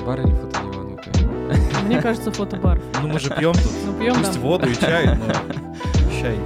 фотобар или фотодиван? Мне кажется, фотобар. Ну мы же пьем тут. Ну, пьем, Пусть да. воду и чай, но чай.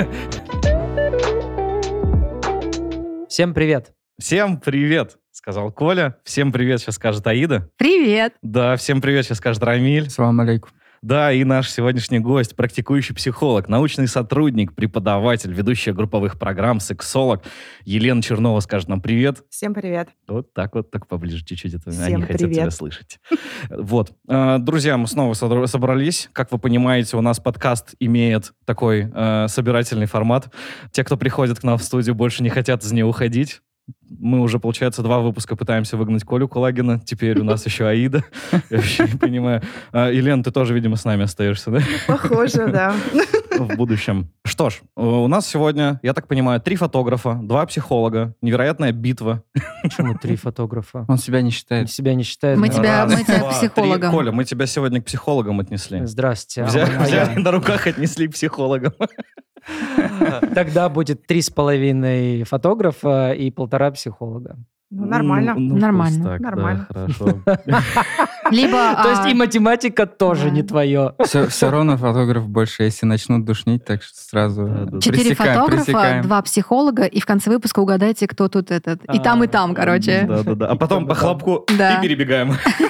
Всем привет. Всем привет, сказал Коля. Всем привет, сейчас скажет Аида. Привет! Да, всем привет, сейчас скажет Рамиль. Салам алейкум. Да, и наш сегодняшний гость, практикующий психолог, научный сотрудник, преподаватель, ведущая групповых программ, сексолог Елена Чернова скажет нам привет. Всем привет. Вот так, поближе чуть-чуть. Это Всем они хотят привет. тебя слышать. Вот. Друзья, мы снова собрались. Как вы понимаете, у нас подкаст имеет такой собирательный формат. Те, кто приходит к нам в студию, больше не хотят из нее уходить. Мы уже, получается, 2 выпуска пытаемся выгнать Колю Кулагина. Теперь у нас еще Аида. Я вообще не понимаю. Елена, ты тоже, видимо, с нами остаешься, да? Похоже, да. В будущем. Что ж, у нас сегодня, я так понимаю, 3 фотографа, 2 психолога, невероятная битва. Почему 3 фотографа? Он себя не считает. Себя не считает. Мы наверное. тебя Раз, два, психологом. 3. Коля, мы тебя сегодня к психологам отнесли. Здравствуйте. Взяли на руках, отнесли к психологам. Тогда будет 3,5 фотографа и 1,5 психолога. Ну, нормально. пусть Нормально. так, да, Нормально. хорошо. Либо... То есть и математика тоже да. не твое. Все равно фотограф больше, если начнут душнить, так что сразу Да-да-да. 4 фотографа, пресекаем. 2 психолога, и в конце выпуска угадайте, кто тут этот. И там, короче. Да-да-да. А потом по хлопку Да. и перебегаем.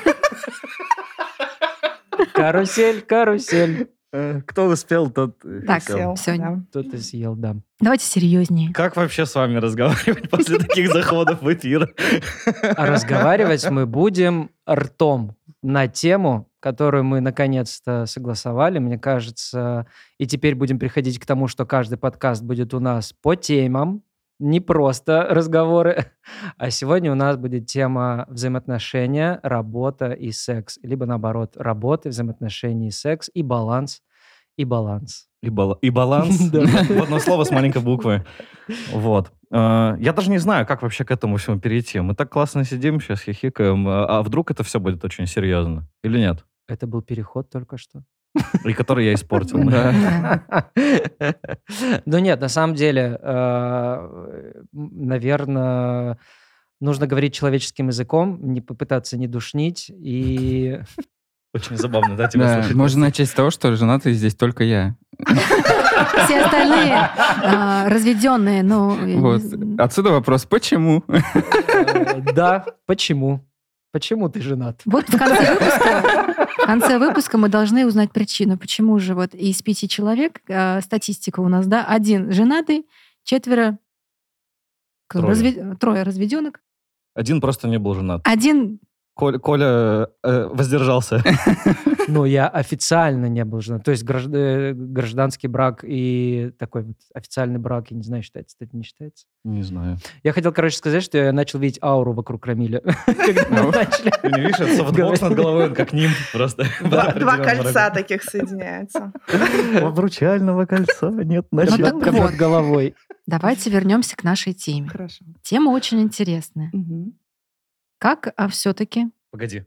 Карусель, карусель. Кто успел, тот Так, сел. все. Кто-то съел, да. Давайте серьезнее. Как вообще с вами разговаривать после таких заходов в эфир? А разговаривать мы будем ртом на тему, которую мы наконец-то согласовали, мне кажется. И теперь будем приходить к тому, что каждый подкаст будет у нас по темам, не просто разговоры. А сегодня у нас будет тема взаимоотношения, работа и секс. Либо наоборот, работа, взаимоотношения и секс, и баланс, и баланс. И баланс. В одно слово с маленькой буквы. Вот. Я даже не знаю, как вообще к этому всему перейти. Мы так классно сидим сейчас, хихикаем. А вдруг это все будет очень серьезно? Или нет? Это был переход только что. И который я испортил. Да. Ну нет, на самом деле, наверное, нужно говорить человеческим языком, не попытаться не душнить. И Очень забавно, да, тебя Да, слышать? можно начать с того, что женатый здесь только я. Все остальные разведенные, ну... Вот. Отсюда вопрос, почему? да, почему? Почему ты женат? Вот в конце выпуска мы должны узнать причину, почему же вот из 5 человек, статистика у нас, да, 1 женатый, 4 трое разведенок, 1 просто не был женат. 1 Коля воздержался. Ну, я официально не был женат. То есть гражданский брак и такой вот официальный брак, я не знаю, считается это, не считается. Не знаю. Я хотел, короче, сказать, что я начал видеть ауру вокруг Рамиля. Когда мы начали. Ты не видишь, это софтбокс над головой, он как нимб просто. 2 кольца таких соединяются. Обручального кольца нет так начала. вот. Над головой. Давайте вернемся к нашей теме. Хорошо. Тема очень интересная. Мгм. Как все-таки Погоди.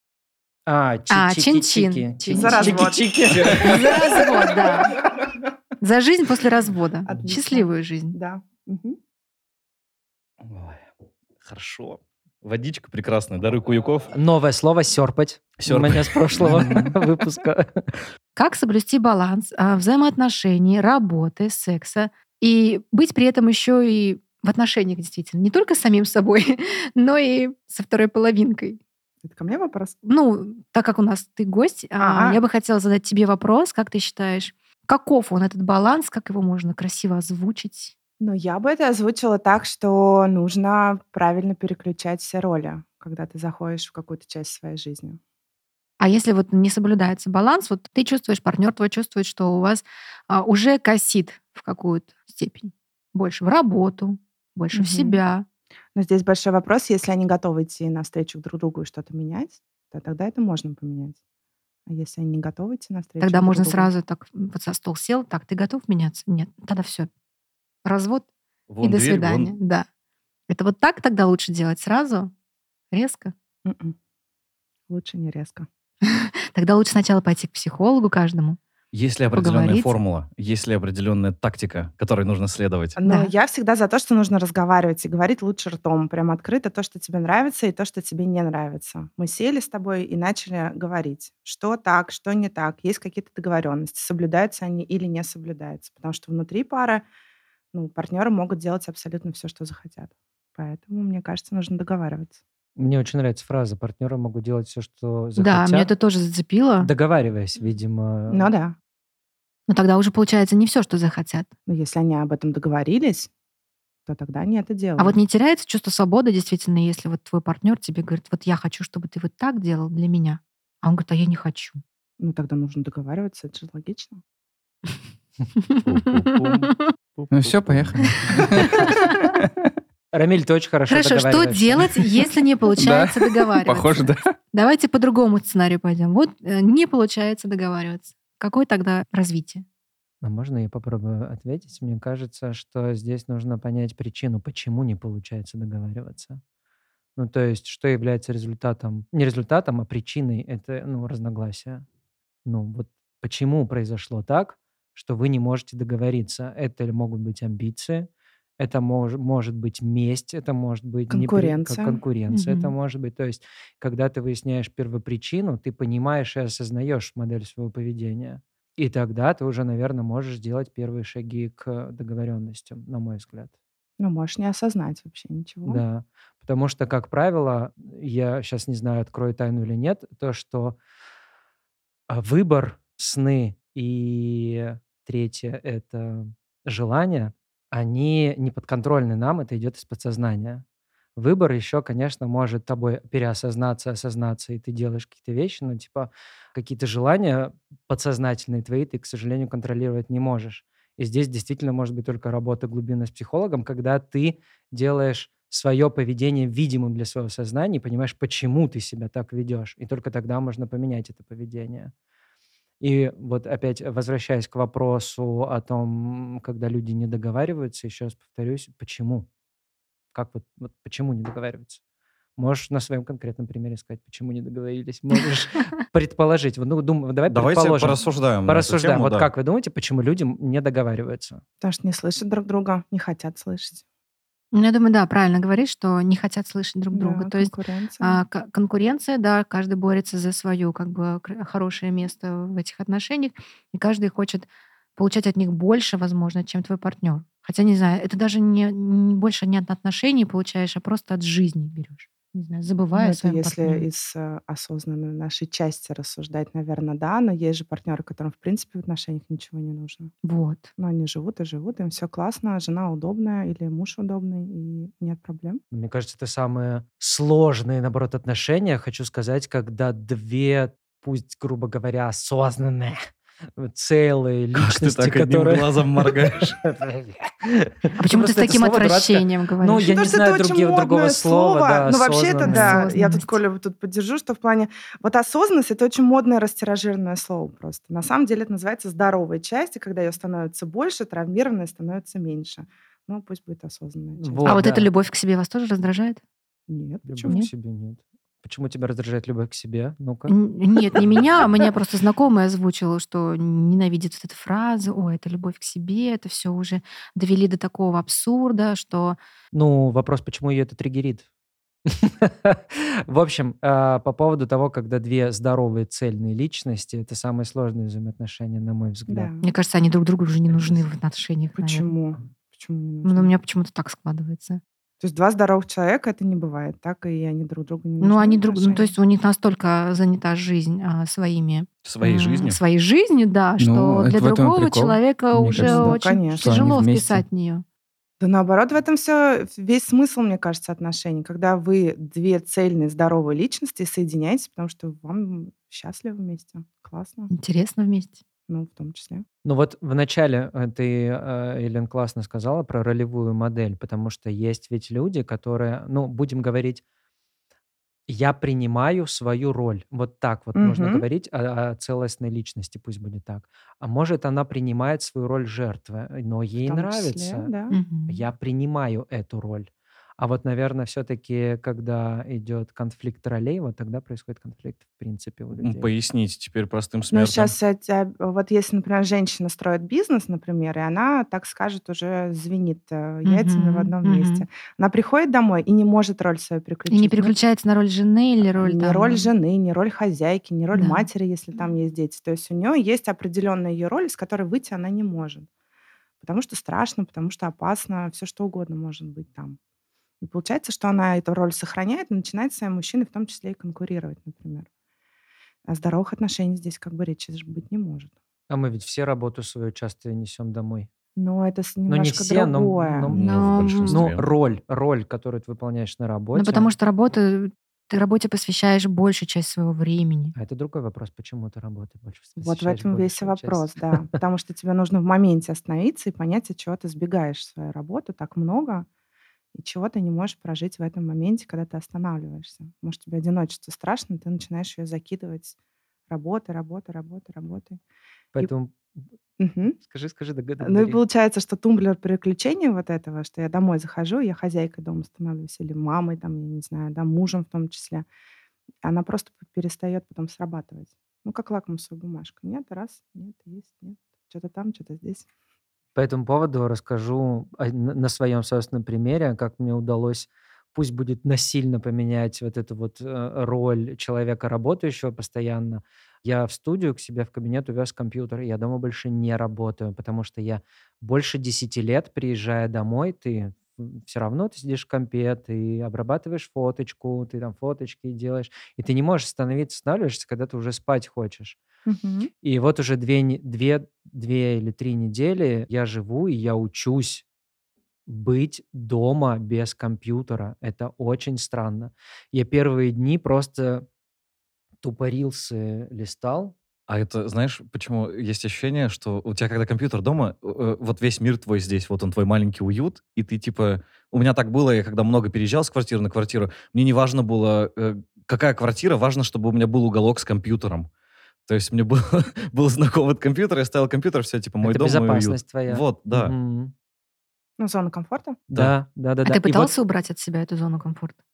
Чин-чин. чин-чин. За развод. за развод, да. За жизнь после развода. Отлично. Счастливую жизнь. Да. Мгм. Ой, хорошо. Водичка прекрасная, дары Куюков. Новое слово «серпать». У меня с прошлого выпуска. Как соблюсти баланс взаимоотношений, работы, секса и быть при этом еще и в отношениях действительно. Не только с самим собой, но и со второй половинкой. Это ко мне вопрос? Ну, так как у нас ты гость, Ага. я бы хотела задать тебе вопрос, как ты считаешь, каков он, этот баланс, как его можно красиво озвучить? Ну, я бы это озвучила так, что нужно правильно переключать все роли, когда ты заходишь в какую-то часть своей жизни. А если вот не соблюдается баланс, вот ты чувствуешь, партнер твой чувствует, что у вас уже косит в какую-то степень. Больше в работу, больше в Мгм. себя. Но здесь большой вопрос, если они готовы идти навстречу друг другу и что-то менять, то тогда это можно поменять. А если они не готовы идти навстречу Тогда друг можно другу? сразу так вот за стол сел, так, ты готов меняться? Нет, тогда все. Развод Вон и до дверь, свидания. вон. Да. Это вот так тогда лучше делать сразу, резко? Мгм. Лучше не резко. Тогда лучше сначала пойти к психологу каждому, Есть ли определенная поговорить. формула, есть ли определенная тактика, которой нужно следовать? Но Да. я всегда за то, что нужно разговаривать и говорить лучше ртом, прям открыто то, что тебе нравится, и то, что тебе не нравится. Мы сели с тобой и начали говорить, что так, что не так, есть какие-то договоренности, соблюдаются они или не соблюдаются. Потому что внутри пары, партнеры могут делать абсолютно все, что захотят. Поэтому, мне кажется, нужно договариваться. Мне очень нравится фраза «партнеры могут делать все, что Да, меня захотят», это тоже зацепило. договариваясь, видимо. Ну да. Но тогда уже получается не все, что захотят. Но если они об этом договорились, то тогда они это А вот делают. не теряется чувство свободы, действительно, если вот твой партнер тебе говорит, вот я хочу, чтобы ты вот так делал для меня. А он говорит, а я не хочу. Тогда нужно договариваться, это же логично. Ну все, поехали. Рамиль, ты очень хорошо Хорошо, что договариваешься. делать, если не получается договариваться? Похоже, да. Давайте по другому сценарию пойдем. Вот не получается договариваться. Какое тогда развитие? А можно я попробую ответить? Мне кажется, что здесь нужно понять причину, почему не получается договариваться. Ну, то есть, что является результатом, не результатом, а причиной это, разногласия. Вот почему произошло так, что вы не можете договориться? Это могут быть амбиции, это может быть месть, это может быть Конкуренция. конкуренция, это Мгм. может быть, то есть, когда ты выясняешь первопричину, ты понимаешь и осознаешь модель своего поведения. И тогда ты уже, наверное, можешь делать первые шаги к договоренностям, на мой взгляд. Можешь не осознать вообще ничего. Да, потому что, как правило, я сейчас не знаю, открою тайну или нет, то, что выбор, сны и третье– это желание, они не подконтрольны нам, это идет из подсознания. Выбор еще, конечно, может тобой переосознаться, осознаться, и ты делаешь какие-то вещи, но типа какие-то желания подсознательные твои ты, к сожалению, контролировать не можешь. И здесь действительно может быть только работа глубинно с психологом, когда ты делаешь свое поведение видимым для своего сознания и понимаешь, почему ты себя так ведешь. И только тогда можно поменять это поведение. И вот опять возвращаясь к вопросу о том, когда люди не договариваются, еще раз повторюсь, почему? Как вот почему не договариваются? Можешь на своем конкретном примере сказать, почему не договорились. Можешь предположить. Давай Давайте предположим. порассуждаем на эту Порассуждаем. тему, Вот да. как вы думаете, почему люди не договариваются? Потому что не слышат друг друга, не хотят слышать. Ну, я думаю, да, правильно говоришь, что не хотят слышать друг друга. Да, То есть конкуренция. конкуренция, да, каждый борется за свое как бы хорошее место в этих отношениях, и каждый хочет получать от них больше, возможно, чем твой партнер. Хотя, не знаю, это даже не больше не от отношений получаешь, а просто от жизни берешь. Не знаю, забывая о Это своем если партнере. из осознанной нашей части рассуждать, наверное, да, но есть же партнеры, которым, в принципе, в отношениях ничего не нужно. Вот. Но они живут и живут, им все классно, жена удобная или муж удобный, и нет проблем. Мне кажется, это самые сложные, наоборот, отношения, хочу сказать, когда две, пусть, грубо говоря, осознанные, целые Как ты личности, так одним которые... глазом моргаешь? А почему ты с таким отвращением говоришь? Ну, я не Потому что знаю это очень другого модное слова, да, Ну, вообще-то, осознанность. да. Я тут Осознанность. Колю тут поддержу, что в плане... Вот осознанность — это очень модное растиражированное слово просто. На самом деле это называется здоровая часть, и когда ее становится больше, травмированная становится меньше. Ну, пусть будет осознанная часть. Вот, А вот да. эта любовь к себе вас тоже раздражает? Нет, Любовь почему? к Нет? себе нет. Почему тебя раздражает любовь к себе? Ну-ка. Нет, не меня, а меня просто знакомая озвучила, что ненавидит вот эту фразу, ой, это любовь к себе, это все уже довели до такого абсурда, что... Ну, вопрос, почему ее это триггерит? В общем, по поводу того, когда две здоровые цельные личности, это самые сложные взаимоотношения, на мой взгляд. Да. Мне кажется, они друг другу уже не нужны в отношениях, наверное. Почему? Почему не Ну, нужно? у меня почему-то так складывается. То есть два здоровых человека это не бывает, так? И они друг другу не Ну, нужны они в то есть отношениях? у них настолько занята жизнь своими... Своей жизнью? Своей жизнью, да, Ну, что для это в этом и другого прикол, человека мне уже кажется. Да, очень конечно. Что они тяжело вместе. вписать в нее. Да наоборот, в этом весь смысл, мне кажется, отношений. Когда вы две цельные, здоровые личности соединяетесь, потому что вам счастливы вместе. Классно. Интересно вместе. Ну, в том числе. Ну вот в начале ты, Елен, классно сказала про ролевую модель, потому что есть ведь люди, которые, ну, будем говорить, я принимаю свою роль. Вот так вот можно Мгм. говорить о целостной личности, пусть будет так. А может, она принимает свою роль жертвы, но ей В том числе, нравится. да. Мгм. Я принимаю эту роль. А вот, наверное, все-таки, когда идет конфликт ролей, вот тогда происходит конфликт, в принципе, у людей. Поясните теперь простым Ну, смертным. сейчас, вот если, например, женщина строит бизнес, например, и она, так скажет, уже звенит яйцами в одном месте. Она приходит домой и не может роль свою И не переключить. переключается на роль жены или роль Не там... роль жены, не роль хозяйки, не роль Да. матери, если там есть дети. То есть у нее есть определенная ее роль, из которой выйти она не может. Потому что страшно, потому что опасно, все что угодно может быть там. И получается, что она эту роль сохраняет и начинает с своим мужчиной в том числе и конкурировать, например. О здоровых отношениях здесь как бы речи же быть не может. А мы ведь все работу свою часто несем домой. Но это Ну, не немножко все, другое. Ну, в Но, большинстве. роль, которую ты выполняешь на работе. Ну, потому что ты работе посвящаешь большую часть своего времени. А это другой вопрос, почему ты работаешь больше Вот в посвящаешь этом весь и большую часть. вопрос, да. Потому что тебе нужно в моменте остановиться и понять, от чего ты сбегаешь в свою работу так много, и чего ты не можешь прожить в этом моменте, когда ты останавливаешься. Может, тебе одиночество страшно, ты начинаешь ее закидывать работой. И, Поэтому Мгм. скажи, Ну и договори. получается, что тумблер переключения вот этого, что я домой захожу, я хозяйкой дома становлюсь, или мамой, там, я не знаю, да, мужем в том числе, она просто перестает потом срабатывать. Ну, как лакмусовая бумажка. Нет, раз, нет, есть, нет. Что-то там, что-то здесь. По этому поводу расскажу на своем собственном примере, как мне удалось, пусть будет насильно поменять вот эту вот роль человека, работающего постоянно. Я в студию к себе в кабинет увез компьютер, и я дома больше не работаю, потому что я больше 10 лет, приезжая домой, ты все равно ты сидишь в компе, ты обрабатываешь фоточку, ты там фоточки делаешь, и ты не можешь останавливаешься, когда ты уже спать хочешь. Мгм. И вот уже две или 3 недели я живу, и я учусь быть дома без компьютера. Это очень странно. Я первые дни просто тупо рилсы листал. А это, знаешь, почему есть ощущение, что у тебя, когда компьютер дома, вот весь мир твой здесь, вот он твой маленький уют, и ты типа... У меня так было, я когда много переезжал с квартиры на квартиру, мне не важно было, какая квартира, важно, чтобы у меня был уголок с компьютером. То есть мне был знаком этот компьютер, я ставил компьютер, все, типа, мой Это дом, мой уют. безопасность твоя. Вот, да. Мгм. Ну, зона комфорта. Да. Да. А И ты вот пытался убрать от себя эту зону комфорта?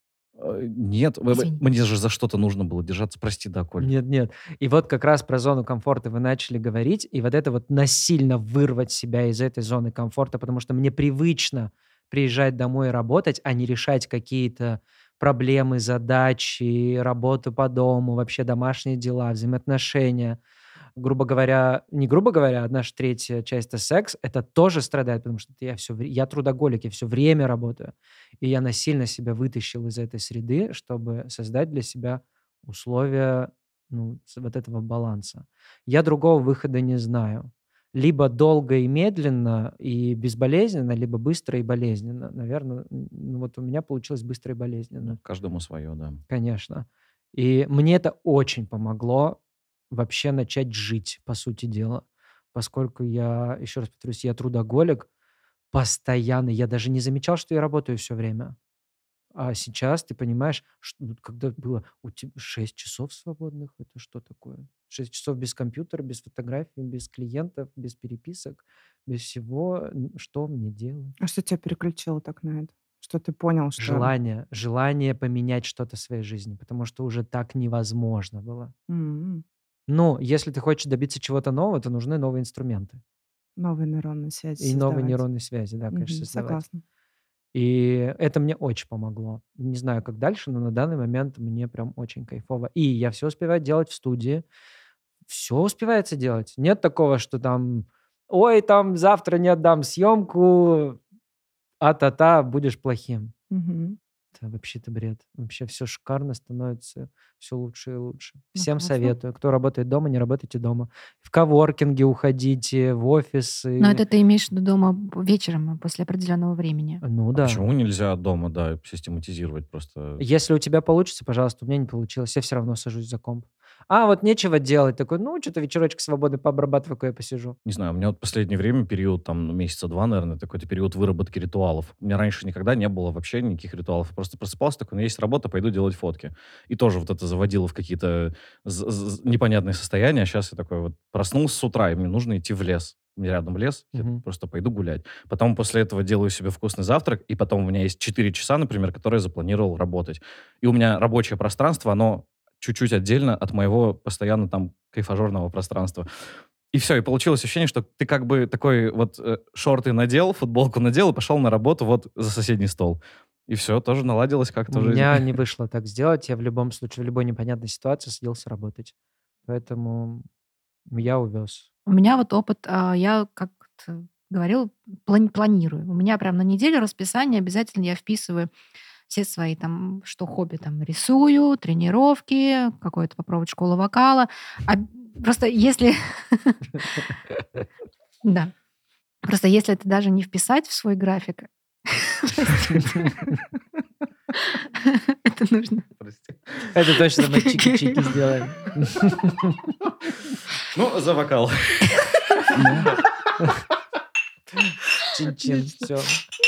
Нет, Извини. мне же за что-то нужно было держаться. Прости, да, Коль. Нет. И вот как раз про зону комфорта вы начали говорить, и вот это вот насильно вырвать себя из этой зоны комфорта, потому что мне привычно приезжать домой и работать, а не решать какие-то проблемы, задачи, работу по дому, вообще домашние дела, взаимоотношения. Грубо говоря, не грубо говоря, одна же третья часть — это секс, это тоже страдает, потому что я трудоголик, я все время работаю. И я насильно себя вытащил из этой среды, чтобы создать для себя условия, вот этого баланса. Я другого выхода не знаю. Либо долго и медленно и безболезненно, либо быстро и болезненно. Наверное, вот у меня получилось быстро и болезненно. Каждому свое, да. Конечно. И мне это очень помогло вообще начать жить, по сути дела. Поскольку я, еще раз повторюсь, я трудоголик постоянно. Я даже не замечал, что я работаю все время. А сейчас ты понимаешь, что вот когда было у тебя 6 часов свободных, это что такое? 6 часов без компьютера, без фотографий, без клиентов, без переписок, без всего. Что мне делать? А что тебя переключило так на это? Что ты понял, что... Желание поменять что-то в своей жизни, потому что уже так невозможно было. М, Но если ты хочешь добиться чего-то нового, то нужны новые инструменты Новые нейронные связи и новые создавать. нейронные связи, да, конечно, Мгм, создавать. согласна. И это мне очень помогло. Не знаю, как дальше, но на данный момент мне прям очень кайфово. И я все успеваю делать в студии. Все успевается делать. Нет такого, что там, ой, там завтра не отдам съемку, а-та-та, будешь плохим. Мгм. Это вообще-то бред. Вообще все шикарно становится, все лучше и лучше. Ну, Всем классно. советую. Кто работает дома, не работайте дома. В коворкинге уходите, в офисы. Но это ты имеешь в виду дома вечером после определенного времени. Ну А да. почему нельзя дома, да, систематизировать просто? Если у тебя получится, пожалуйста, у меня не получилось. Я все равно сажусь за комп. А вот нечего делать. Такой, что-то вечерочек свободный пообрабатываю, я посижу. Не знаю, у меня вот последнее время период, там, месяца 2, наверное, такой-то период выработки ритуалов. У меня раньше никогда не было вообще никаких ритуалов. Просто просыпался такой, есть работа, пойду делать фотки. И тоже вот это заводило в какие-то непонятные состояния. А сейчас я такой вот проснулся с утра, и мне нужно идти в лес. у меня рядом лес, я Мгм. просто пойду гулять. Потом после этого делаю себе вкусный завтрак, и потом у меня есть 4 часа, например, которые я запланировал работать. И у меня рабочее пространство, оно чуть-чуть отдельно от моего постоянно там кайфажорного пространства. И все, и получилось ощущение, что ты как бы такой вот шорты надел, футболку надел и пошел на работу вот за соседний стол. И все, тоже наладилось как-то У жизнь. меня не вышло так сделать. Я в любом случае, в любой непонятной ситуации садился работать. Поэтому я увез. У меня вот опыт, я как-то говорил, планирую. У меня прям на неделю расписание обязательно я вписываю все свои там, что хобби, там, рисую, тренировки, какое-то попробовать школу вокала. Просто если... Да. Просто если это даже не вписать в свой график, простите, это нужно. Прости. Это точно мы чики-чики сделаем. Ну, за вокал. Чин-чин, все.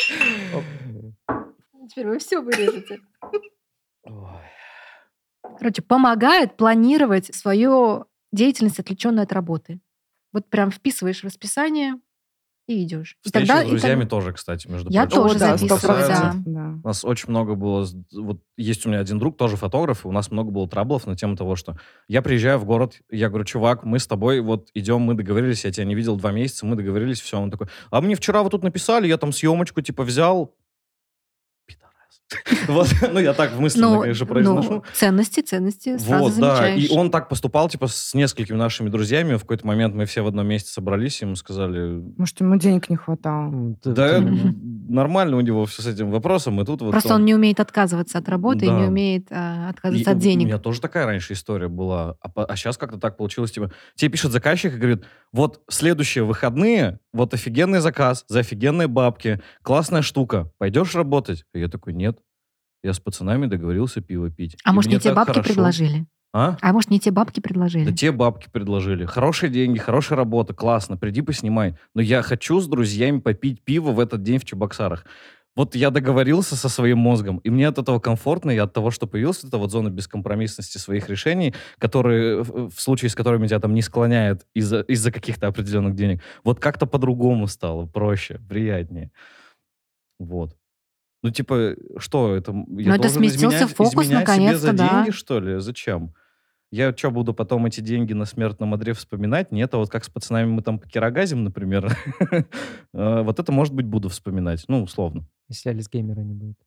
Теперь вы все вырежете. Ой. Короче, помогает планировать свою деятельность, отвлеченную от работы. Вот прям вписываешь в расписание и идешь. И Встречи тогда- с и друзьями так- тоже, кстати, между Я прочим. тоже О, да, записываю, 100%, да. да. У нас очень много было... Вот есть у меня один друг, тоже фотограф, и у нас много было траблов на тему того, что я приезжаю в город, я говорю, чувак, мы с тобой вот идем, мы договорились, я тебя не видел 2 месяца, мы договорились, все. Он такой, а мне вчера вы тут написали, я там съемочку типа взял. Пидорас. Вот, ну я так мысленно, конечно, произношу. Ценности сразу Вот, да, замечаешь. и он так поступал, типа, с несколькими нашими друзьями. В какой-то момент мы все в одном месте собрались, и ему сказали, Может, ему денег не хватало. да, Мгм. нормально у него все с этим вопросом, и тут вот Просто он не умеет отказываться от работы и Да. не умеет отказываться И от У денег. меня тоже такая раньше история была. А сейчас как-то так получилось, типа, тебе пишет заказчик и говорит, вот следующие выходные, вот офигенный заказ за офигенные бабки, классная штука, пойдешь работать? И я такой, нет. Я с пацанами договорился пиво пить. А И может, мне не те так бабки хорошо. предложили? А? А может, не те бабки предложили? Да те бабки предложили. Хорошие деньги, хорошая работа, классно, приди поснимай. Но я хочу с друзьями попить пиво в этот день в Чебоксарах. Вот я договорился со своим мозгом, и мне от этого комфортно, и от того, что появилась эта вот зона бескомпромиссности своих решений, которые, в случае с которыми тебя там не склоняют из-за каких-то определенных денег, вот как-то по-другому стало, проще, приятнее. Вот. Ну, типа, что это? Я это должен сместился фокус изменять себе наконец-то, за да. деньги, что ли? Зачем? Я что, буду потом эти деньги на смертном одре вспоминать? Нет, а вот как с пацанами мы там покирогазим, например, вот это, может быть, буду вспоминать. Ну, условно. Если Алис Геймера не будет.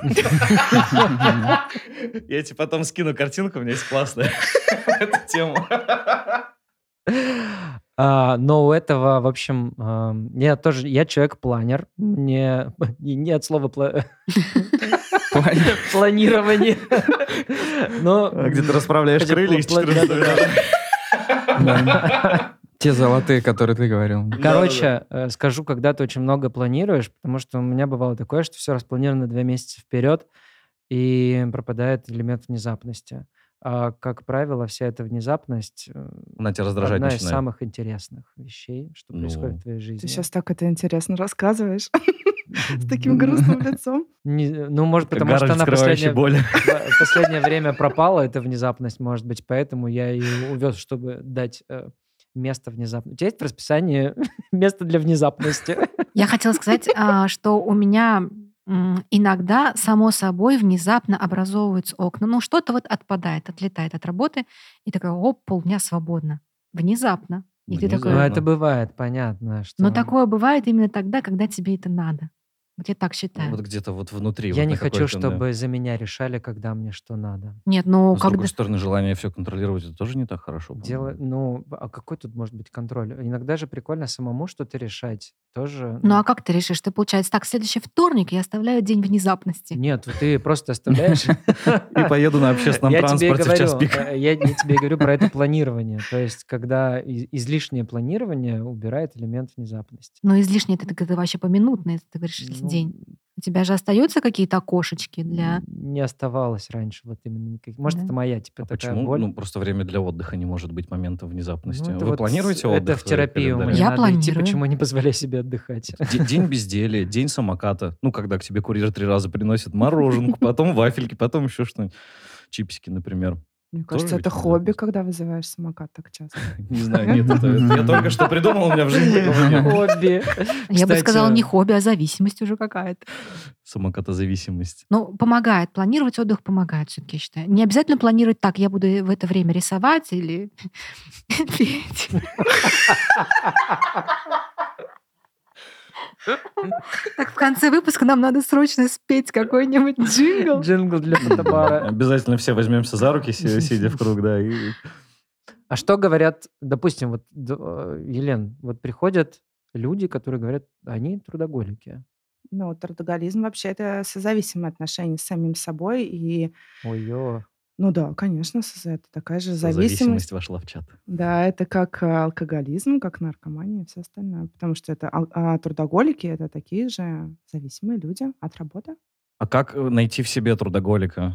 Я тебе потом скину картинку, у меня есть классная эта тема. Но у этого, в общем, я человек-планер. Мне не от слова планирование. Но Где ты расправляешь хотя крылья из 14 да-да-да. Те золотые, которые ты говорил. Короче, скажу, когда ты очень много планируешь, потому что у меня бывало такое, что все распланировано 2 месяца вперед, и пропадает элемент внезапности. А, как правило, вся эта внезапность Она тебя раздражать одна из начинает. самых интересных вещей, что происходит в твоей жизни. Ты сейчас так это интересно рассказываешь. С таким грустным лицом. Ну, может, Как потому что Гарольд, она скрывающий боль. в последнее время пропала, эта внезапность, может быть, поэтому я ее увез, чтобы дать место внезапно. У тебя есть в расписании место для внезапности? Я хотела сказать, что у меня иногда, само собой, внезапно образовываются окна. Ну, что-то вот отпадает, отлетает от работы, и такая, оп, полдня свободно. Внезапно. И ты Внезапно. Ну, такой... это бывает, понятно. Что... Но такое бывает именно тогда, когда тебе это надо. Вот я так считаю. Вот где-то вот внутри. Я вот не на хочу, какой-то, да. чтобы за меня решали, когда мне что надо. Нет, Но, ну, с когда... другой стороны, желание все контролировать, это тоже не так хорошо. Дело, по-моему. ну, а какой тут может быть контроль? Иногда же прикольно самому что-то решать. Тоже. Ну, а как ты решишь? Ты, получается, так, следующий вторник я оставляю день внезапности. Нет, ты просто оставляешь. И поеду на общественном Я тебе транспорте в час говорю, пик. я тебе говорю про это планирование. То есть, когда излишнее планирование убирает элемент внезапности. Но излишне это вообще поминутно, это ты говоришь, если Ну, день. У тебя же остаются какие-то окошечки для... Не оставалось раньше вот именно никаких. Может, Да. это моя, типа, А такая почему? боль. Ну, просто время для отдыха не может быть моментом внезапности. Ну, это Вы вот планируете отдых? Это в терапию календаре? мне Я надо идти, планирую. почему не позволяю себе отдыхать. День безделия, день самоката. Ну, когда к тебе курьер 3 раза приносит мороженку, потом вафельки, потом еще что-нибудь. Чипсики, например. Мне кажется, Тоже это ведь хобби, когда вызываешь самокат так часто. Не знаю, нет, это я только что придумал, у меня в жизни такого не было. Хобби. Я бы Кстати, сказала, не хобби, а зависимость уже какая-то. Самокатозависимость. Ну, помогает. Планировать отдых помогает все-таки, я считаю. Не обязательно планировать так, я буду в это время рисовать или петь. Так в конце выпуска нам надо срочно спеть какой-нибудь джингл. Джингл для фотобара. Обязательно все возьмемся за руки, сидя в круг, да. А что говорят, допустим, вот, Елен, вот приходят люди, которые говорят, они трудоголики. Ну, трудоголизм вообще это созависимые отношения с самим собой. И, Ой-ё. ну да, конечно, это такая же Зависимость зависимость. вошла в чат. Да, это как алкоголизм, как наркомания и все остальное. Потому что это трудоголики, это такие же зависимые люди от работы. А как найти в себе трудоголика?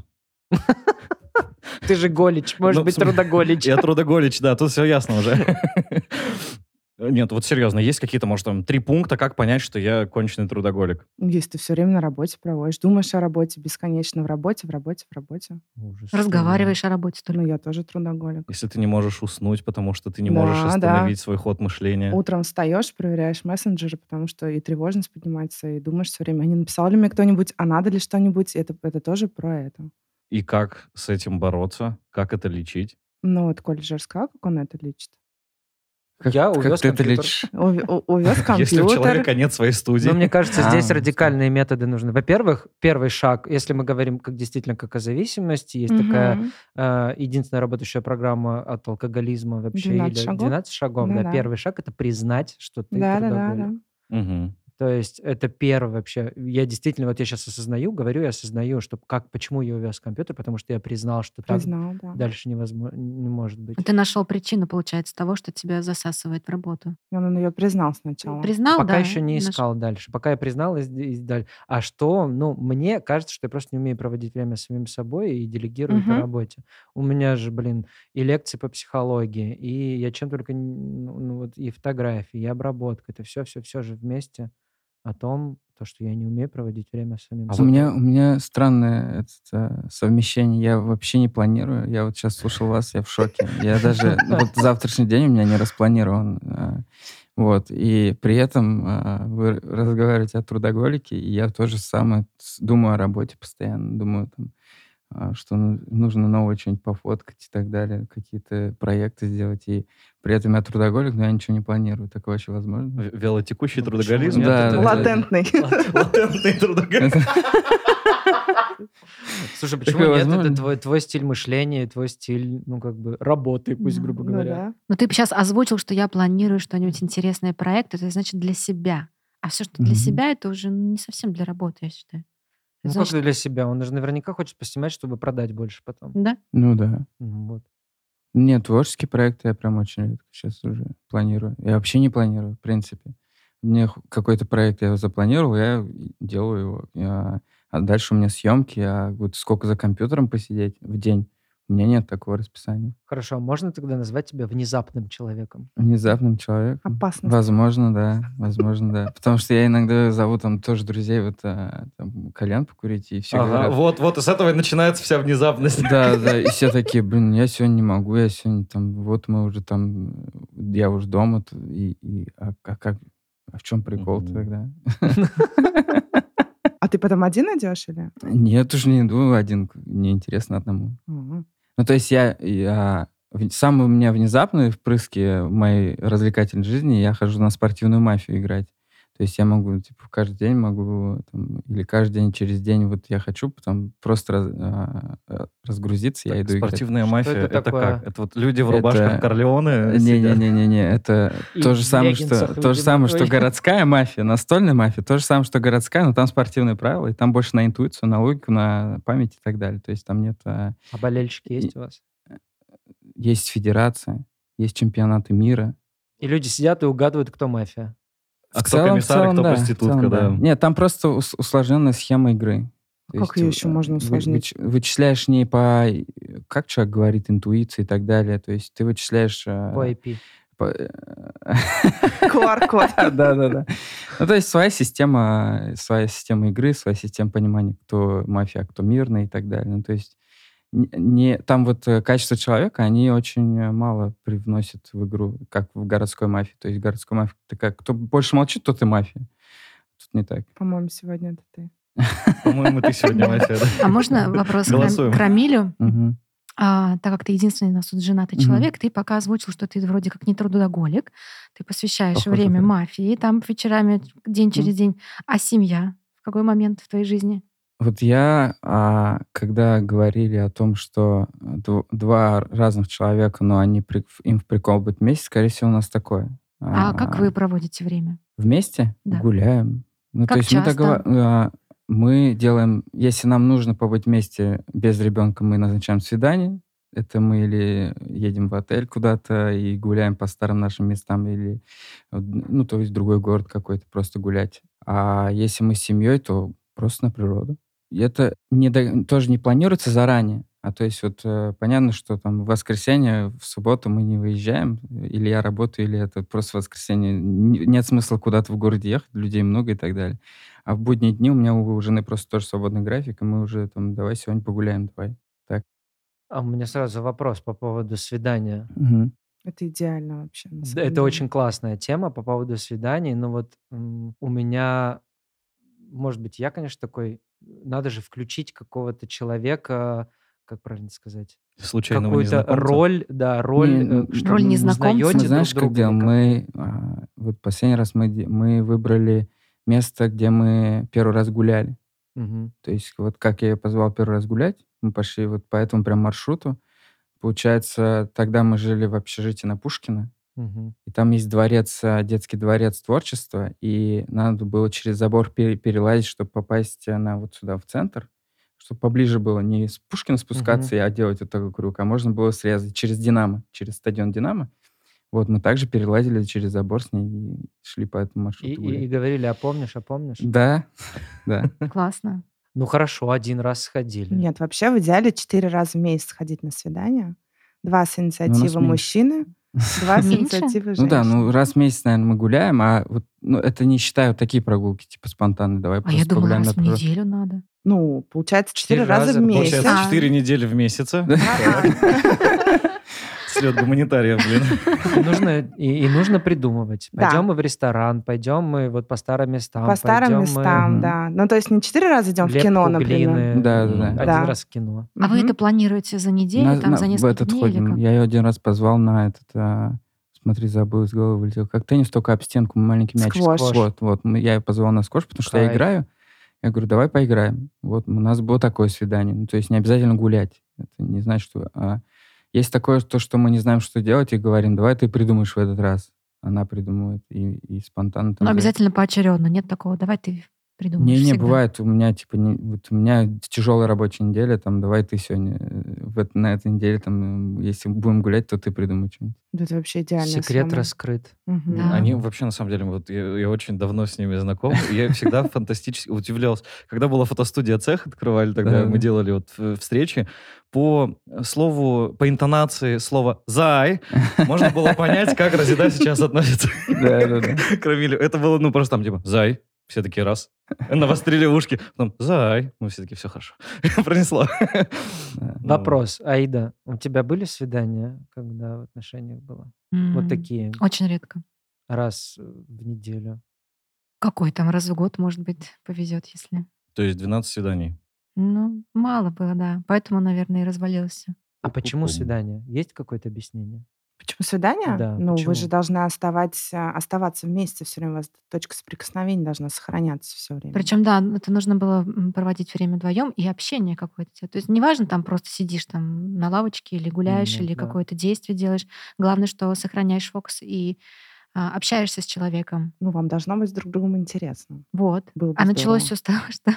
Ты же голич, может Ну, быть, в смысле, трудоголич. Я трудоголич, да, тут все ясно уже. Нет, вот серьезно, есть какие-то, может, там 3 пункта, как понять, что я конченый трудоголик? Если ты все время на работе проводишь, думаешь о работе бесконечно, в работе. Ужас. Разговариваешь о работе только. Ну, я тоже трудоголик. Если ты не можешь уснуть, потому что ты не Да, можешь да. остановить свой ход мышления. Утром встаешь, проверяешь мессенджеры, потому что и тревожность поднимается, и думаешь все время, а не написал ли мне кто-нибудь, а надо ли что-нибудь. Это тоже про это. И как с этим бороться? Как это лечить? Ну, вот Коля же рассказал, как он это лечит. Я Как увез ты это компьютер. лечишь? Увез Если у компьютер. человека нет своей студии. Но мне кажется, А, здесь ну, радикальные методы нужны. Во-первых, первый шаг, если мы говорим как действительно как о зависимости, есть такая Мгм. единственная работающая программа от алкоголизма вообще, 12 или шагов. 12 шагов, да. Да-да. Первый шаг — это признать, что ты Да. трудоголик. Мгм. То есть это первое вообще. Я действительно, вот я сейчас осознаю, что почему я увез компьютер, потому что я признал, что так Признал, да. дальше невозможно, не может быть. Ты нашел причину, получается, того, что тебя засасывает в работу. И он ее признал сначала. Признал, Пока да. еще не наш- искал дальше. Пока я признал и дальше. А что? Ну, мне кажется, что я просто не умею проводить время с самим собой и делегирую по Мгм. работе. У меня же, и лекции по психологии, и я чем только, вот и фотографии, и обработка. Это все же вместе о том, что я не умею проводить время с самим У собой. меня странное совмещение. Я вообще не планирую. Я вот сейчас слушал вас, я в шоке. Я даже... Вот завтрашний день у меня не распланирован. Вот. И при этом вы разговариваете о трудоголике, и я тоже самое думаю о работе постоянно. Думаю, что нужно новое что-нибудь пофоткать и так далее, какие-то проекты сделать. И при этом я трудоголик, но я ничего не планирую. Такое вообще возможно? Вялотекущий Ну, трудоголизм? почему нет? Это- Да. Латентный. Латентный трудоголизм. Слушай, почему Такое нет? возможно? Это твой стиль мышления, твой стиль, работы, пусть, грубо Ну говоря. да. Но ты сейчас озвучил, что я планирую что-нибудь интересное проект, это значит для себя. А все, что для Мгм. себя, это уже не совсем для работы, я считаю. Ну, Значит, как для себя? Он же наверняка хочет поснимать, чтобы продать больше потом. да? Ну да. Вот. Нет, творческие проекты я прям очень редко сейчас уже планирую. Я вообще не планирую, в принципе. Мне какой-то проект я запланировал, я делаю его. А дальше у меня съемки, а вот сколько за компьютером посидеть в день, у меня нет такого расписания. Хорошо, можно тогда назвать тебя внезапным человеком? Внезапным человеком. Опасность. Возможно, да. Потому что я иногда зову там тоже друзей там, кальян покурить, и все Ага, говорят... вот и с этого и начинается вся внезапность. Да, и все такие, блин, я сегодня не могу, я сегодня там, вот мы уже там, я уже дома, а в чем прикол Мгм. тогда? А ты потом один идешь или? Нет, уж не иду один, неинтересно одному. Ага. Ну, то есть самые у меня внезапные впрыски в моей развлекательной жизни, я хожу на спортивную мафию играть. То есть я могу, каждый день или каждый день через день, вот я хочу потом просто разгрузиться, я иду играть. Спортивная мафия, это это такое? как? Это вот люди в рубашках Это- Корлеоне сидят? Не-не-не, это И то же в самое, леггинсах, что видимо, твои. городская мафия, настольная мафия, то же самое, что городская, но там спортивные правила, и там больше на интуицию, на логику, на память и так далее. То есть там нет... А болельщики есть у вас? Есть федерация, есть чемпионаты мира. И люди сидят и угадывают, кто мафия. А кто комиссар, кто да, проститутка, в целом, да. Нет, там просто усложненная схема игры. То Как есть, ее еще можно усложнить? Вычисляешь не по, как человек говорит, интуиции и так далее. То есть ты вычисляешь... По IP. QR-код. Да. Ну, то есть своя система игры, своя система понимания, кто мафия, а кто мирный и так далее. Ну, то есть там вот качество человека, они очень мало привносят в игру, как в городской мафии. То есть в городской мафии ты как, кто больше молчит, тот и мафия. Тут не так. По-моему, сегодня это ты. По-моему, ты сегодня мафия, да? А можно вопрос к Голосуем. Рамилю? Мгм. Так как ты единственный у нас тут женатый Мгм. человек, ты пока озвучил, что ты вроде как не трудоголик, ты посвящаешь Похоже, время да. мафии, там вечерами, день через день. А семья? В какой момент в твоей жизни? Вот я, когда говорили о том, что два разных человека, но им в прикол быть вместе, скорее всего, у нас такое. А как вы проводите время? Вместе Да. гуляем. Ну, то Как есть часто? мы делаем, если нам нужно побыть вместе без ребенка, мы назначаем свидание. Это мы или едем в отель куда-то и гуляем по старым нашим местам, или, ну, то есть в другой город какой-то просто гулять. А если мы с семьей, то просто на природу. И это тоже не планируется заранее. То есть вот понятно, что там в воскресенье, в субботу мы не выезжаем, или я работаю, или это просто воскресенье. Нет смысла куда-то в городе ехать, людей много и так далее. А в будние дни у меня у жены просто тоже свободный график, и мы уже там, давай сегодня погуляем, давай. Так. А у меня сразу вопрос по поводу свидания. Мгм. Это идеально вообще, на Да, самом это деле. очень классная тема по поводу свиданий, но вот у меня, может быть, я, конечно, такой, надо же включить какого-то человека, как правильно сказать, Случайного какую-то незнакомца? роль, да, роль, что Роль вы не незнакомца. Мы узнаете друг знаешь, как друга делаем? никак. Вот последний раз мы выбрали место, где мы первый раз гуляли. Мгм. То есть вот как я ее позвал первый раз гулять, мы пошли вот по этому прям маршруту. Получается, тогда мы жили в общежитии на Пушкина, Мгм. и там есть дворец, детский дворец творчества, и надо было через забор перелазить, чтобы попасть на вот сюда, в центр, чтобы поближе было не с Пушкина спускаться Мгм. и делать вот такой круг, а можно было срезать через Динамо, через стадион Динамо. Вот мы также перелазили через забор с ней и шли по этому И, маршруту и- гулять. и говорили, а помнишь, а помнишь? Да, да. Классно. Ну хорошо, один раз сходили. Нет, вообще в идеале 4 раза в месяц ходить на свидание. 2 с Но у нас инициативы меньше. мужчины, 2 с Меньше? инициативы Ну да, женщины. раз в месяц, наверное, мы гуляем, это не считаю такие прогулки, типа спонтанные. Давай А я просто думала, погуляем на раз в природу. неделю надо. Ну, получается 4 4 раза в раза, месяц. Получается, А. 4 недели в месяц. А-а. Слет гуманитариев, блин. И нужно придумывать. Да. Пойдем мы в ресторан, пойдем мы вот по старым местам, По старым пойдем местам, Мгм. да. Ну, то есть не 4 раза идем мы в кино, лепку например. глины, Да, и да, да. один Да. раз в кино. А вы Мгм. это планируете за неделю, там, за В несколько этот дней или ходим. как? Я ее один раз позвал на этот, смотри, забыл, из головы вылетел. Как теннис, только об стенку, маленький мячик. Сквош. Вот. Я ее позвал на сквош, потому что я Кайф. играю. Я говорю, давай поиграем. Вот у нас было такое свидание. Ну, то есть не обязательно гулять. Это не значит, что... Есть такое, что мы не знаем, что делать, и говорим, давай ты придумаешь в этот раз. Она придумывает, и спонтанно Но там... обязательно поочередно. Нет такого, давай ты придумаешь Не, всегда. бывает. У меня, вот у меня тяжелая рабочая неделя, там, давай ты сегодня, на этой неделе, там, если будем гулять, то ты придумай что-нибудь. Да, это вообще идеальная Секрет схема. раскрыт. Мгм. Да. Они вообще, на самом деле, вот я очень давно с ними знаком, и я всегда фантастически удивлялся. Когда была фотостудия «Цех», открывали тогда, Да. мы делали вот встречи, по интонации слова «зай» можно было понять, как Разида сейчас относится Да. к Рамилю. Это было, ну, просто там, типа, «зай», все такие раз, навострили ушки, потом «зай», мы все таки все хорошо. Пронесло. Да. Вопрос, Аида, у тебя были свидания, когда в отношениях было? Вот такие, Очень редко. раз в неделю. Какой там раз в год, может быть, повезет, если... То есть 12 свиданий. Ну, мало было, да. Поэтому, наверное, и развалился. А почему Пу-пу-пум. свидание? Есть какое-то объяснение? Почему свидание? Да, Ну, вы почему? же должны оставаться вместе все время. У вас точка соприкосновения должна сохраняться все время. Причем, да, это нужно было проводить время вдвоем и общение какое-то. То есть неважно, там просто сидишь там на лавочке или гуляешь, Ну, или да. какое-то действие делаешь. Главное, что сохраняешь фокус и общаешься с человеком. Ну, вам должно быть друг другу интересно. Вот. Было бы А началось здорово. все с того, что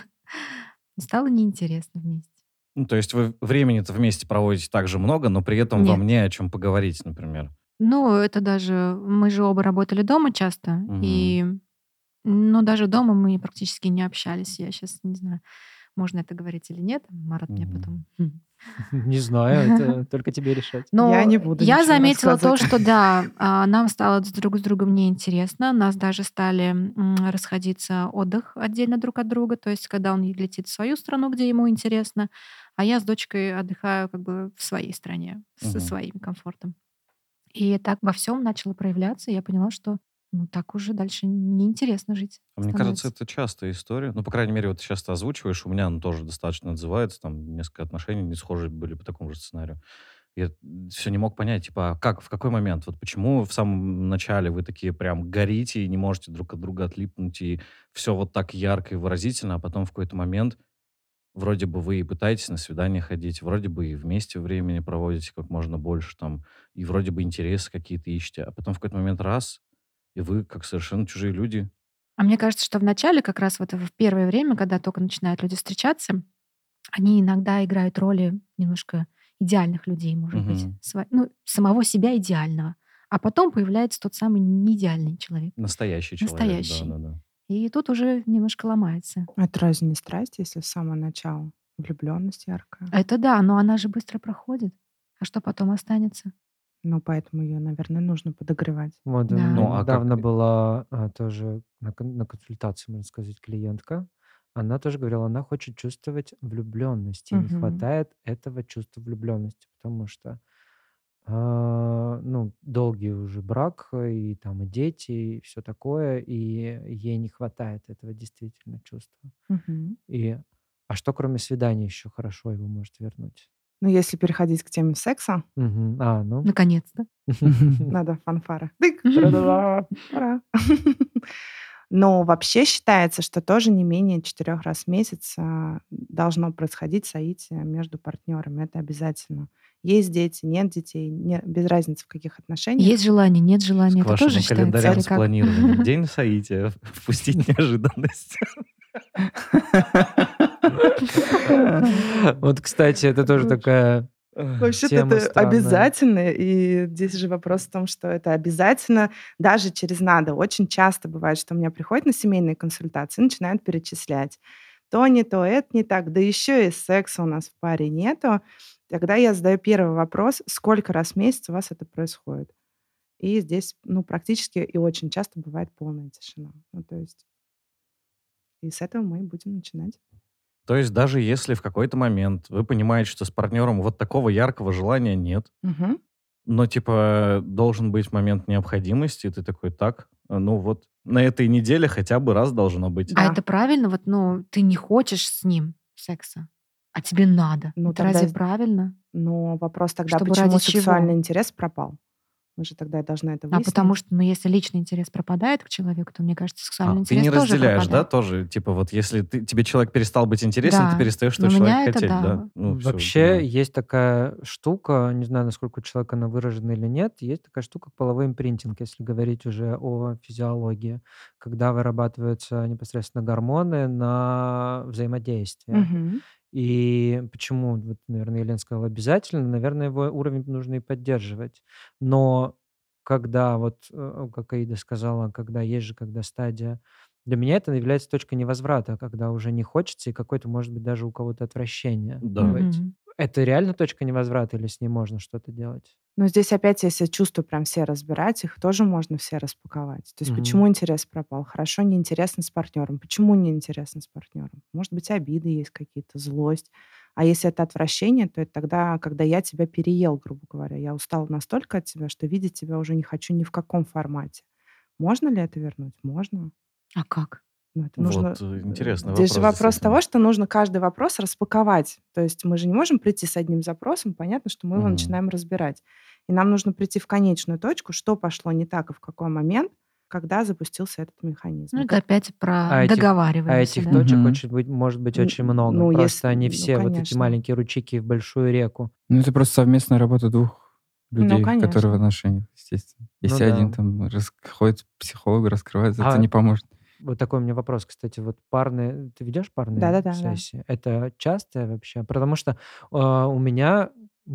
стало неинтересно вместе. Ну, то есть вы времени-то вместе проводите так же много, но при этом вам Нет. не о чем поговорить, например. Ну, это даже... Мы же оба работали дома часто, Мгм. и... Ну, даже дома мы практически не общались. Я сейчас не знаю. можно это говорить или нет. Марат меня потом... Не знаю, это только тебе решать. Но Я не буду я ничего заметила то, рассказывать. что да, нам стало друг с другом неинтересно. Нас даже стали расходиться отдых отдельно друг от друга. То есть, когда он летит в свою страну, где ему интересно, а я с дочкой отдыхаю как бы в своей стране, со Мгм. своим комфортом. И так во всем начало проявляться. И я поняла, что так уже дальше неинтересно жить А мне кажется, становится. это частая история. Ну, по крайней мере, вот ты часто озвучиваешь, у меня оно тоже достаточно отзывается, там несколько отношений не схожие были по такому же сценарию. Я все не мог понять, типа, а как, в какой момент? Вот почему в самом начале вы такие прям горите и не можете друг от друга отлипнуть, и все вот так ярко и выразительно, а потом в какой-то момент вроде бы вы и пытаетесь на свидание ходить, вроде бы и вместе времени проводите как можно больше там, и вроде бы интересы какие-то ищете, а потом в какой-то момент раз, и вы как совершенно чужие люди. А мне кажется, что в начале, как раз вот в первое время, когда только начинают люди встречаться, они иногда играют роли немножко идеальных людей, может быть, Мгм. самого себя идеального. А потом появляется тот самый неидеальный человек, Настоящий человек, настоящий. да-да-да. И тут уже немножко ломается. Это разве не страсть, если с самого начала влюбленность яркая? Это да, но она же быстро проходит. А что потом останется? Ну, поэтому ее, наверное, нужно подогревать. Вот у Да. меня Ну, а как... недавно была тоже на консультации, можно сказать, клиентка. Она тоже говорила, она хочет чувствовать влюбленность. Ей не Мгм. хватает этого чувства влюбленности, потому что долгий уже брак, и там и дети, и все такое, и ей не хватает этого действительно чувства. Мгм. А что кроме свидания еще хорошо его может вернуть? Ну, если переходить к теме секса, Мгм. Наконец-то. надо фанфары. Дык, тра-да-да, пора. Но вообще считается, что тоже не менее 4 раз в месяц должно происходить соитие между партнерами. Это обязательно. Есть дети, нет детей, без разницы в каких отношениях. Есть желание, нет С желания. Это тоже квашенным считается календарем или с как? планированием. День соития. Впустить неожиданность. Вот, кстати, это тоже такая Вообще-то тема это странная. обязательно, и здесь же вопрос в том, что это обязательно даже через надо. Очень часто бывает, что у меня приходят на семейные консультации, начинают перечислять. То не то, это не так, да еще и секса у нас в паре нету. Тогда я задаю первый вопрос: сколько раз в месяц у вас это происходит? И здесь, практически и очень часто бывает полная тишина. Ну, то есть, и с этого мы и будем начинать. То есть даже если в какой-то момент вы понимаете, что с партнером вот такого яркого желания нет, Мгм. но типа должен быть момент необходимости, и ты такой, так, ну вот на этой неделе хотя бы раз должно быть. А Да. это правильно? Вот, ты не хочешь с ним секса, а тебе надо. Ну, Это тогда разве правильно? Но вопрос тогда, Чтобы почему ради сексуальный чего? интерес пропал? Мы же тогда должны это А потому выяснить. что, если личный интерес пропадает к человеку, то, мне кажется, сексуальный Ты не интерес тоже разделяешь, да, пропадает. тоже? Типа вот если тебе человек перестал быть интересен, ты Да, перестаешь но этого человека меня это, хотеть, да? да. Ну, все, Вообще понимаю. есть такая штука, не знаю, насколько у человека она выражена или нет, есть такая штука, как половой импринтинг, если говорить уже о физиологии, когда вырабатываются непосредственно гормоны на взаимодействие. Мгм. И почему, вот, наверное, Елена сказала, обязательно, наверное, его уровень нужно и поддерживать. Но когда, вот, как Аида сказала, когда стадия, для меня это является точкой невозврата, когда уже не хочется, и какое-то, может быть, даже у кого-то отвращение Да. быть. Мгм. Это реально точка невозврата или с ней можно что-то делать? Но здесь опять, если чувства прям все разбирать, их тоже можно все распаковать. То есть Мгм. почему интерес пропал? Хорошо, неинтересно с партнером. Почему неинтересно с партнером? Может быть, обиды есть какие-то, злость. А если это отвращение, то это тогда, когда я тебя переел, грубо говоря. Я устала настолько от тебя, что видеть тебя уже не хочу ни в каком формате. Можно ли это вернуть? Можно. А как? Ну, это нужно... Вот интересный Здесь же вопрос вопрос того, действительно. что нужно каждый вопрос распаковать. То есть мы же не можем прийти с одним запросом, понятно, что мы его Мгм. начинаем разбирать. И нам нужно прийти в конечную точку, что пошло не так и в какой момент, когда запустился этот механизм. Ну, И это как... опять про А договариваемся, этих да? точек Мгм. может быть очень много. Ну, Просто они ну, все вот эти конечно. маленькие ручейки в большую реку. Ну, это просто совместная работа двух Ну, людей, которые в конечно. отношениях, естественно. Ну Если один да. там ходит к психологу, раскрывается, это А не поможет. вот такой у меня вопрос, кстати, вот парные, ты ведешь парные Да-да-да. сессии? Это часто вообще? Потому что у меня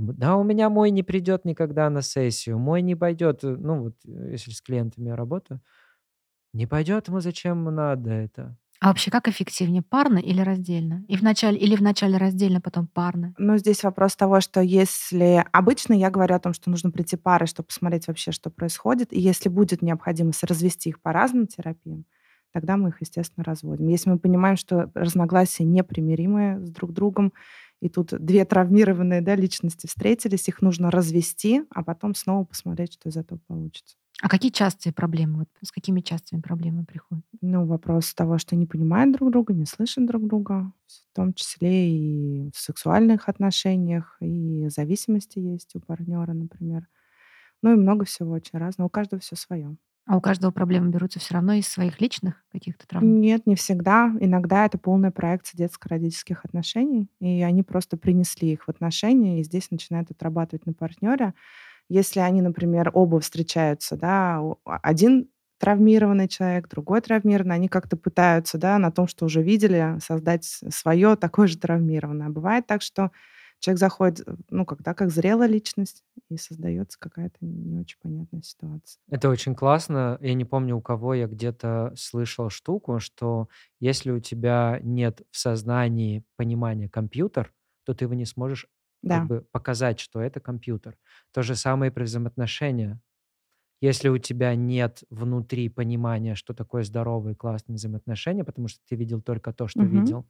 мой не придет никогда на сессию, мой не пойдет, ну вот если с клиентами я работаю, не пойдет ему, зачем ему надо это? А вообще как эффективнее, парно или раздельно? Или в начале раздельно, потом парно? Но здесь вопрос того, что если... Обычно я говорю о том, что нужно прийти парой, чтобы посмотреть вообще, что происходит. И если будет необходимость развести их по разным терапиям, тогда мы их, естественно, разводим. Если мы понимаем, что разногласия непримиримые с друг другом, и тут две травмированные, да, личности встретились, их нужно развести, а потом снова посмотреть, что из этого получится. А какие частые проблемы? Вот с какими частыми проблемами приходят? Ну, вопрос того, что не понимают друг друга, не слышат друг друга, в том числе и в сексуальных отношениях, и зависимости есть у партнера, например. Ну и много всего очень разного. У каждого все свое. А у каждого проблемы берутся все равно из своих личных каких-то травм? Нет, не всегда. Иногда это полная проекция детско-родительских отношений, и они просто принесли их в отношения, и здесь начинают отрабатывать на партнера. Если они, например, оба встречаются, да, один травмированный человек, другой травмированный, они как-то пытаются, да, на том, что уже видели, создать свое такое же травмированное. А бывает так, что человек заходит, ну, как зрелая личность, и создается какая-то не очень понятная ситуация. Это очень классно. Я не помню, у кого я где-то слышал штуку, что если у тебя нет в сознании понимания компьютер, то ты его не сможешь как Да. бы показать, что это компьютер. То же самое и при взаимоотношениях. Если у тебя нет внутри понимания, что такое здоровые классные взаимоотношения, потому что ты видел только то, что Мгм. видел,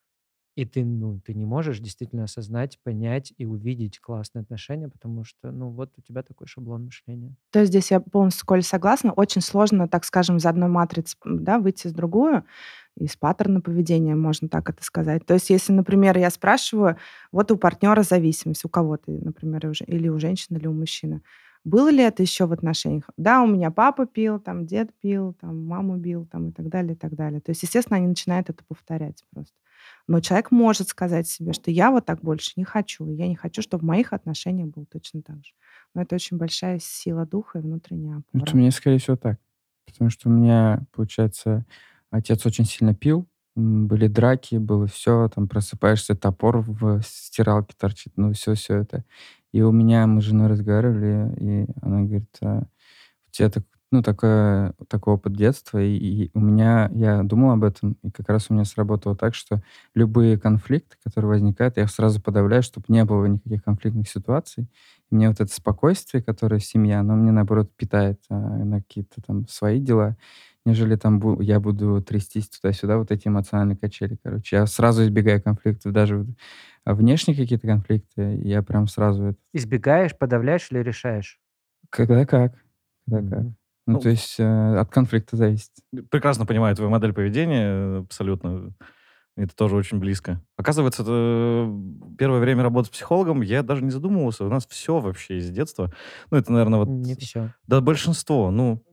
и ты не можешь действительно осознать, понять и увидеть классные отношения, потому что, вот у тебя такой шаблон мышления. То есть здесь я полностью с Колей согласна. Очень сложно, так скажем, из одной матрицы, да, выйти в другую. Из паттерна поведения, можно так это сказать. То есть если, например, я спрашиваю, вот у партнера зависимость, у кого-то, например, или у женщины, или у мужчины. Было ли это еще в отношениях? Да, у меня папа пил, там дед пил, там маму бил, там и так далее, и так далее. То есть, естественно, они начинают это повторять просто. Но человек может сказать себе, что я вот так больше не хочу. И я не хочу, чтобы в моих отношениях было точно так же. Но это очень большая сила духа и внутренняя Это опора. у меня, скорее всего, так. Потому что у меня, получается, отец очень сильно пил, были драки, было все, там просыпаешься, топор в стиралке торчит, все это. И у меня, мы с женой разговаривали, и она говорит, у тебя такой опыт детства, и у меня, я думал об этом, и как раз у меня сработало так, что любые конфликты, которые возникают, я их сразу подавляю, чтобы не было никаких конфликтных ситуаций. И мне вот это спокойствие, которое семья, оно мне, наоборот, питает на какие-то там свои дела, нежели там я буду трястись туда-сюда, вот эти эмоциональные качели, короче. Я сразу избегаю конфликтов, даже внешние какие-то конфликты, я прям сразу это... Избегаешь, подавляешь или решаешь? Когда как. Мгм. Ну, То есть от конфликта зависит. Прекрасно понимаю твою модель поведения, абсолютно. Это тоже очень близко. Оказывается, первое время работы с психологом я даже не задумывался. У нас все вообще из детства. Это, наверное, вот... Не все. Да, большинство.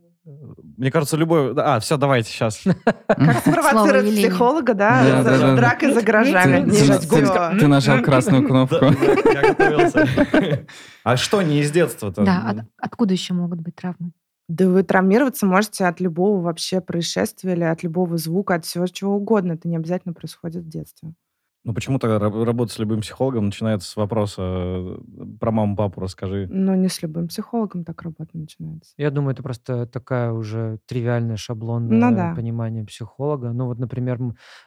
Мне кажется, любой... все, давайте сейчас. Как Слово спровоцировать Елене. психолога, да, Да, за да, да. дракой за гаражами. Ты нажал красную кнопку. Я готовился. А что не из детства-то? Да, откуда еще могут быть травмы? Да вы травмироваться можете от любого вообще происшествия или от любого звука, от всего чего угодно. Это не обязательно происходит в детстве. Почему-то работа с любым психологом начинается с вопроса про маму-папу расскажи. Но не с любым психологом так работа начинается. Я думаю, это просто такая уже тривиальное Ну шаблонное да. понимание психолога. Например,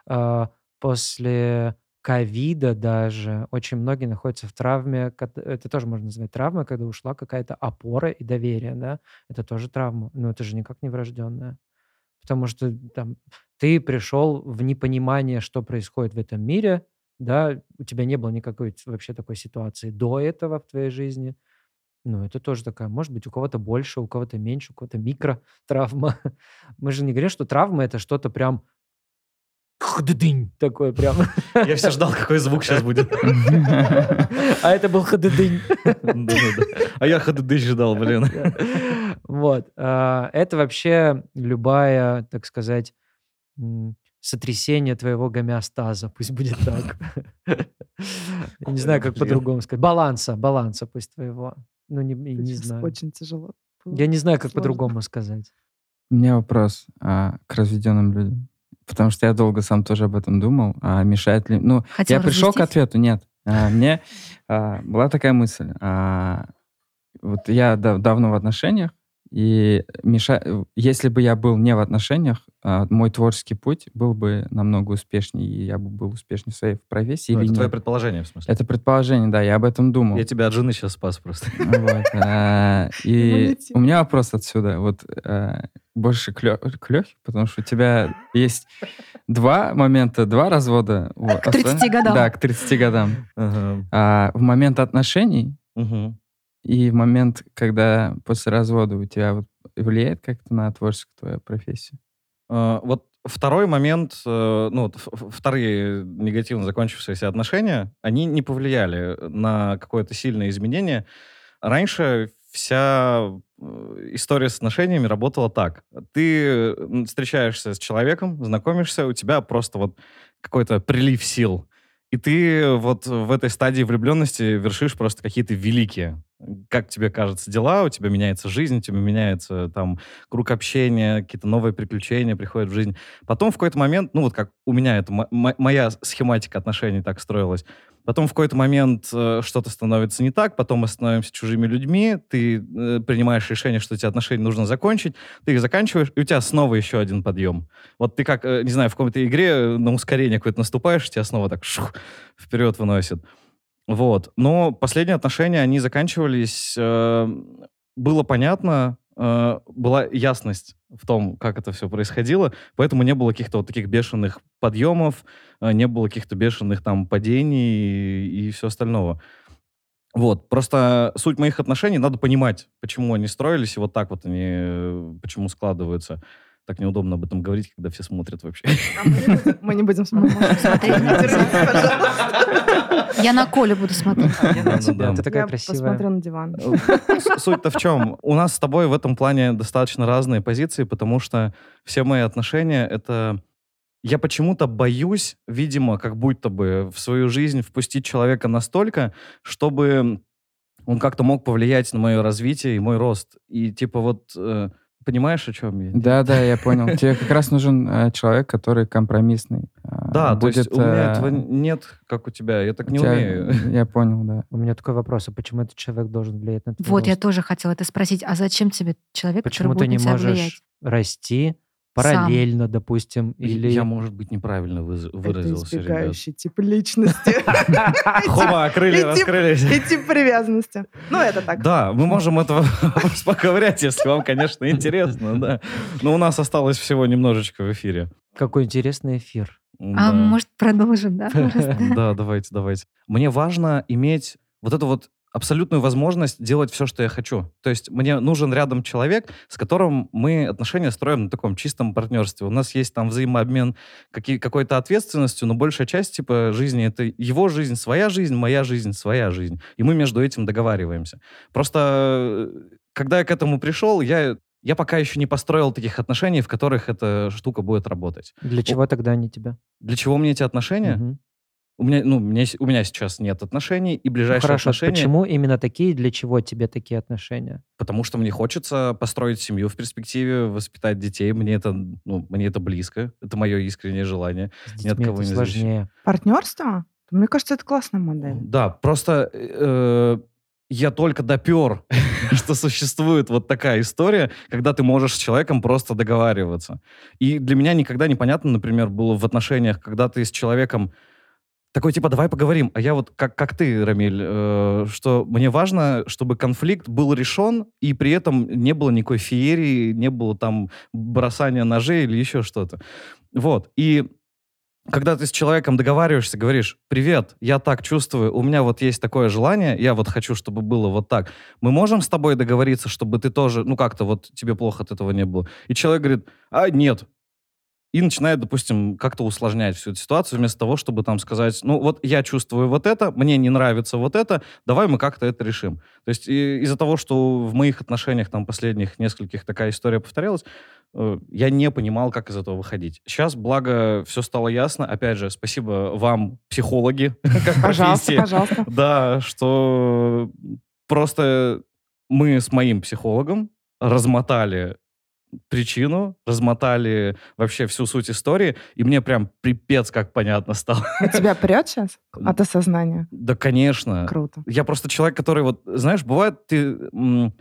после ковида даже очень многие находятся в травме. Это тоже можно назвать травмой, когда ушла какая-то опора и доверие, да? Это тоже травма. Но это же никак не врожденная. Потому что там ты пришел в непонимание, что происходит в этом мире, да, у тебя не было никакой вообще такой ситуации до этого в твоей жизни. Это тоже такая, может быть, у кого-то больше, у кого-то меньше, у кого-то микротравма. Мы же не говорим, что травма — это что-то прям хдыдынь такое прям. Я все ждал, какой звук сейчас будет. А это был хдыдынь. Да-да-да. А я хдыдыч ждал, блин. Вот. Это вообще любая, так сказать, сотрясение твоего гомеостаза, пусть будет так. Я не знаю, как по-другому сказать. Баланса пусть твоего. Не Сейчас знаю. очень тяжело было. Я не знаю, как Сложно. по-другому сказать. У меня вопрос к разведенным людям. Потому что я долго сам тоже об этом думал. Мешает ли... Хотел я пришел к развестись? ответу, нет. Мне была такая мысль. Вот я давно в отношениях, И если бы я был не в отношениях, мой творческий путь был бы намного успешнее, и я бы был успешнее в своей профессии Ну, или это твое нет. предположение, в смысле? Это предположение, да, я об этом думал. Я тебя от жены сейчас спас просто. Вот, и Иммунитет. у меня вопрос отсюда. Вот больше к Лехе, потому что у тебя есть два момента, два развода. Вот. К 30 годам. Да, к 30 годам. Ага. В момент отношений Мгм. и в момент, когда после развода у тебя вот влияет как-то на творческую твою профессию? Вот второй момент, ну, вторые негативно закончившиеся отношения, они не повлияли на какое-то сильное изменение. Раньше вся история с отношениями работала так. Ты встречаешься с человеком, знакомишься, у тебя просто вот какой-то прилив сил. И ты вот в этой стадии влюбленности вершишь просто какие-то великие, как тебе кажется, дела, у тебя меняется жизнь, у тебя меняется там круг общения, какие-то новые приключения приходят в жизнь. Потом в какой-то момент, ну вот как у меня это, моя схематика отношений так строилась, потом в какой-то момент что-то становится не так, потом мы становимся чужими людьми, ты принимаешь решение, что эти отношения нужно закончить, ты их заканчиваешь, и у тебя снова еще один подъем. Вот ты как, не знаю, в какой-то игре на ускорение какое-то наступаешь, тебя снова так вперед выносит. Вот. Но последние отношения, они заканчивались, было понятно, была ясность в том, как это все происходило, поэтому не было каких-то вот таких бешеных подъемов, не было каких-то бешеных там падений и все остального. Вот. Просто суть моих отношений, надо понимать, почему они строились, и вот так вот они, почему складываются. Так неудобно об этом говорить, когда все смотрят вообще. Мы не будем смотреть. Я на Колю буду смотреть. Да-да-да. Ты такая Я красивая. посмотрю на диван. Суть-то в чем? У нас с тобой в этом плане достаточно разные позиции, потому что все мои отношения — это... Я почему-то боюсь, видимо, как будто бы в свою жизнь впустить человека настолько, чтобы он как-то мог повлиять на мое развитие и мой рост. И типа вот... Понимаешь, о чем я? Да, я понял. Тебе как раз нужен человек, который компромиссный. Да, то есть у меня этого нет, как у тебя. Я так не умею. Я понял, да. У меня такой вопрос, а почему этот человек должен влиять на твой Вот, я рост? тоже хотела это спросить. А зачем тебе человек, Почему который ты будет не на тебя влиять? можешь расти параллельно, допустим, или... Я, может быть, неправильно Это выразился, ребят. избегающий тип личности. Хоба, крылья раскрылись. И тип привязанности. Ну, это так. Да, мы можем этого поковырять, если вам, конечно, интересно, да. Но у нас осталось всего немножечко в эфире. Какой интересный эфир. А Да. может, продолжим, да? Да, давайте. Мне важно иметь вот эту вот абсолютную возможность делать все, что я хочу. То есть мне нужен рядом человек, с которым мы отношения строим на таком чистом партнерстве. У нас есть там взаимообмен какой-то ответственностью, но большая часть типа жизни — это его жизнь, моя жизнь, своя жизнь. И мы между этим договариваемся. Просто когда я к этому пришел, я пока еще не построил таких отношений, в которых эта штука будет работать. Для чего тогда они тебя? Для чего мне эти отношения? Мгм. У меня сейчас нет отношений, и Ну, ближайшие хорошо, отношения... почему именно такие, для чего тебе такие отношения? Потому что мне хочется построить семью в перспективе, воспитать детей. Мне это близко. Это мое искреннее желание. С Ни от детьми кого это не сложнее. Партнерство? Мне кажется, это классная модель. Да, просто я только допер, что существует вот такая история, когда ты можешь с человеком просто договариваться. И для меня никогда непонятно, например, было в отношениях, когда ты с человеком такой, типа, давай поговорим. А я вот, как ты, Рамиль, что мне важно, чтобы конфликт был решен, и при этом не было никакой феерии, не было там бросания ножей или еще что-то. Вот. И когда ты с человеком договариваешься, говоришь: привет, я так чувствую, у меня вот есть такое желание, я вот хочу, чтобы было вот так. Мы можем с тобой договориться, чтобы ты тоже, как-то вот тебе плохо от этого не было? И человек говорит: нет. И начинает, допустим, как-то усложнять всю эту ситуацию, вместо того, чтобы там сказать: вот я чувствую вот это, мне не нравится вот это, давай мы как-то это решим. То есть из-за того, что в моих отношениях там последних нескольких такая история повторялась, я не понимал, как из этого выходить. Сейчас, благо, все стало ясно. Опять же, спасибо вам, психологи, как Пожалуйста, профессии. пожалуйста. Да, что просто мы с моим психологом размотали причину, размотали вообще всю суть истории, и мне прям пипец как понятно стало. У тебя прет сейчас от осознания? Да, конечно. Круто. Я просто человек, который вот, знаешь, бывает, ты